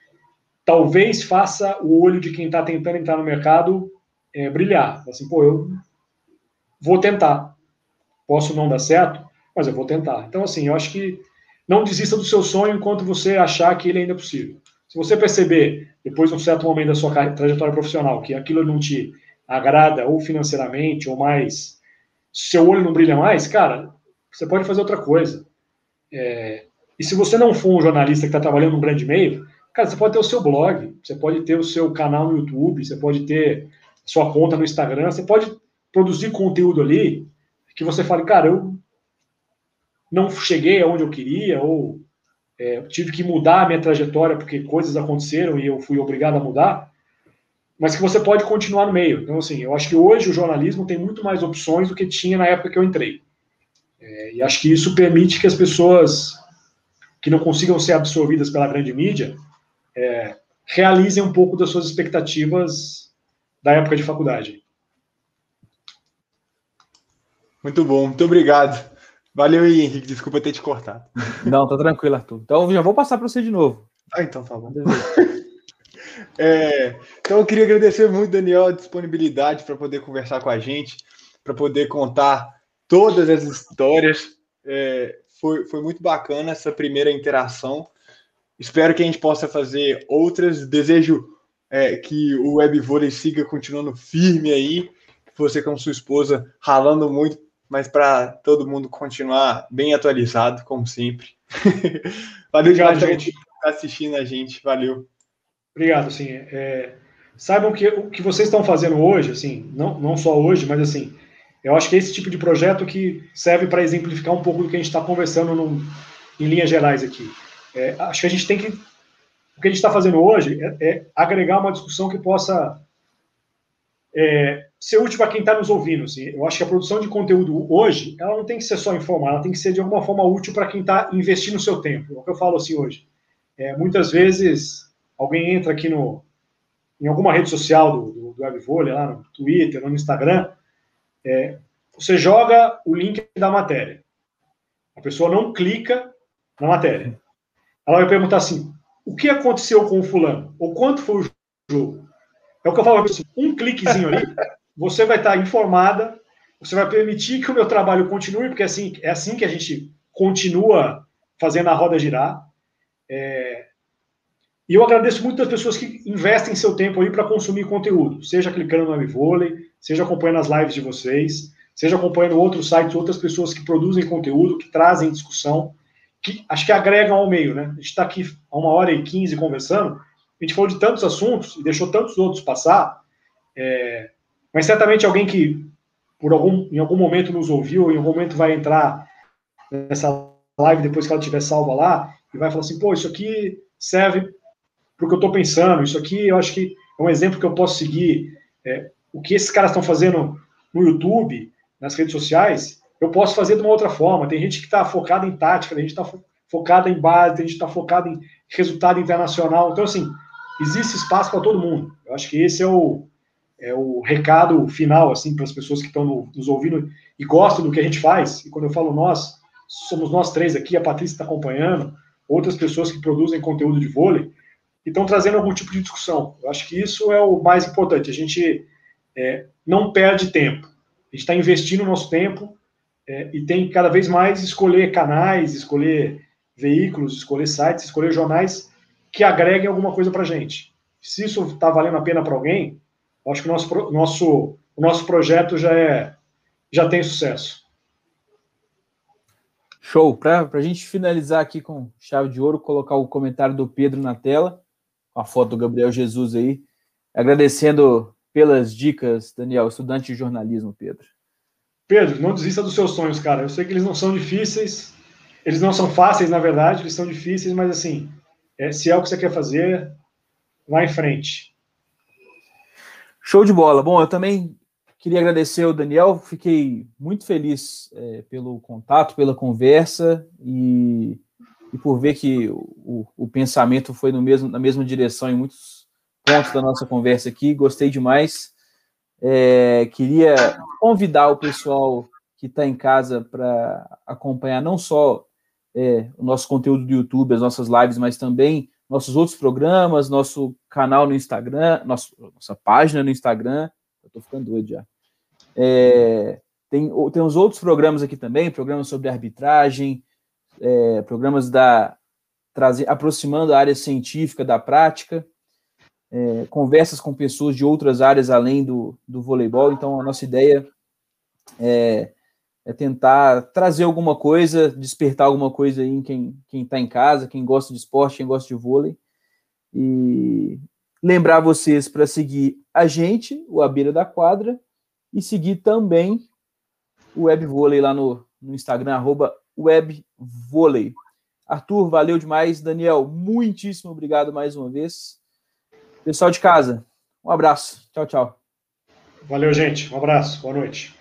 talvez faça o olho de quem está tentando entrar no mercado é, brilhar. Assim, pô, eu vou tentar. Posso não dar certo, mas eu vou tentar. Então, assim, eu acho que não desista do seu sonho enquanto você achar que ele ainda é possível. Se você perceber, depois de um certo momento da sua trajetória profissional, que aquilo não te agrada, ou financeiramente, ou mais, seu olho não brilha mais, cara, você pode fazer outra coisa. É, e se você não for um jornalista que está trabalhando num grande meio, cara, você pode ter o seu blog, você pode ter o seu canal no YouTube, você pode ter sua conta no Instagram, você pode produzir conteúdo ali que você fale, cara, eu não cheguei aonde eu queria, ou é, tive que mudar a minha trajetória porque coisas aconteceram e eu fui obrigado a mudar, mas que você pode continuar no meio. Então, assim, eu acho que hoje o jornalismo tem muito mais opções do que tinha na época que eu entrei. É, e acho que isso permite que as pessoas que não consigam ser absorvidas pela grande mídia é, realizem um pouco das suas expectativas da época de faculdade. Muito bom, muito obrigado. Valeu aí, Henrique, desculpa ter te cortado. Não, tá tranquilo, Arthur. Então já vou passar para você de novo. Ah, então tá bom. É, então eu queria agradecer muito, Daniel, a disponibilidade para poder conversar com a gente, para poder contar todas as histórias. É, foi, foi muito bacana essa primeira interação. Espero que a gente possa fazer outras. Desejo é, que o Webvôlei siga continuando firme aí, você com sua esposa ralando muito, mas para todo mundo continuar bem atualizado, como sempre. Valeu demais também por estar assistindo a gente. Valeu. Obrigado, assim, é, saibam que o que vocês estão fazendo hoje, assim, não, não só hoje, mas assim, eu acho que é esse tipo de projeto que serve para exemplificar um pouco do que a gente está conversando num, em linhas gerais aqui. É, acho que a gente tem que... O que a gente está fazendo hoje é, é agregar uma discussão que possa é, ser útil para quem está nos ouvindo. Assim. Eu acho que a produção de conteúdo hoje, ela não tem que ser só informal, ela tem que ser de alguma forma útil para quem está investindo o seu tempo. É o que eu falo assim hoje. É, muitas vezes, alguém entra aqui no, em alguma rede social do, do, do WebVôlei, lá no Twitter, no Instagram, é, você joga o link da matéria. A pessoa não clica na matéria. Ela vai perguntar assim, o que aconteceu com o fulano? Ou quanto foi o jogo? É o que eu falo assim, um cliquezinho ali, você vai estar informada, você vai permitir que o meu trabalho continue, porque assim, é assim que a gente continua fazendo a roda girar. É... E eu agradeço muito as pessoas que investem seu tempo aí para consumir conteúdo, seja clicando no WebVôlei, seja acompanhando as lives de vocês, seja acompanhando outros sites, outras pessoas que produzem conteúdo, que trazem discussão, que acho que agregam ao meio, né? A gente está aqui há uma hora e quinze conversando, a gente falou de tantos assuntos e deixou tantos outros passar, é... mas certamente alguém que por algum, em algum momento nos ouviu, em algum momento vai entrar nessa live depois que ela estiver salva lá, e vai falar assim, pô, isso aqui serve para o que eu estou pensando, isso aqui eu acho que é um exemplo que eu posso seguir, é, o que esses caras estão fazendo no YouTube, nas redes sociais, eu posso fazer de uma outra forma. Tem gente que está focada em tática, tem gente que está focada em base, tem gente que está focada em resultado internacional. Então, assim, existe espaço para todo mundo. Eu acho que esse é o, é o recado final, assim, para as pessoas que estão no, nos ouvindo e gostam do que a gente faz. E quando eu falo nós, somos nós três aqui, a Patrícia está acompanhando, outras pessoas que produzem conteúdo de vôlei, e estão trazendo algum tipo de discussão. Eu acho que isso é o mais importante. A gente é, não perde tempo. A gente está investindo o nosso tempo é, e tem que cada vez mais escolher canais, escolher veículos, escolher sites, escolher jornais que agreguem alguma coisa para a gente. Se isso está valendo a pena para alguém, eu acho que o nosso, nosso, o nosso projeto já, é, já tem sucesso. Show. Para a gente finalizar aqui com chave de ouro, colocar o comentário do Pedro na tela, com a foto do Gabriel Jesus aí, agradecendo pelas dicas, Daniel, estudante de jornalismo, Pedro. Pedro, não desista dos seus sonhos, cara. Eu sei que eles não são difíceis, eles não são fáceis, na verdade, eles são difíceis, mas assim, é, se é o que você quer fazer, vá em frente. Show de bola. Bom, eu também queria agradecer ao Daniel, fiquei muito feliz é, pelo contato, pela conversa e, e por ver que o, o pensamento foi no mesmo, na mesma direção em muitos pontos da nossa conversa aqui, gostei demais. É, queria convidar o pessoal que está em casa para acompanhar não só é, o nosso conteúdo do YouTube, as nossas lives, mas também nossos outros programas, nosso canal no Instagram, nosso, nossa página no Instagram. Eu estou ficando doido já. É, tem, tem uns outros programas aqui também, programas sobre arbitragem, é, programas da trazer, aproximando a área científica da prática, é, conversas com pessoas de outras áreas além do, do voleibol. Então, a nossa ideia é, é tentar trazer alguma coisa, despertar alguma coisa aí em quem está em casa, quem gosta de esporte, quem gosta de vôlei, e lembrar vocês para seguir a gente, o A Beira da Quadra, e seguir também o WebVôlei lá no, no Instagram, arroba WebVôlei. Arthur, valeu demais. Daniel, muitíssimo obrigado mais uma vez. Pessoal de casa, um abraço. Tchau, tchau. Valeu, gente. Um abraço. Boa noite.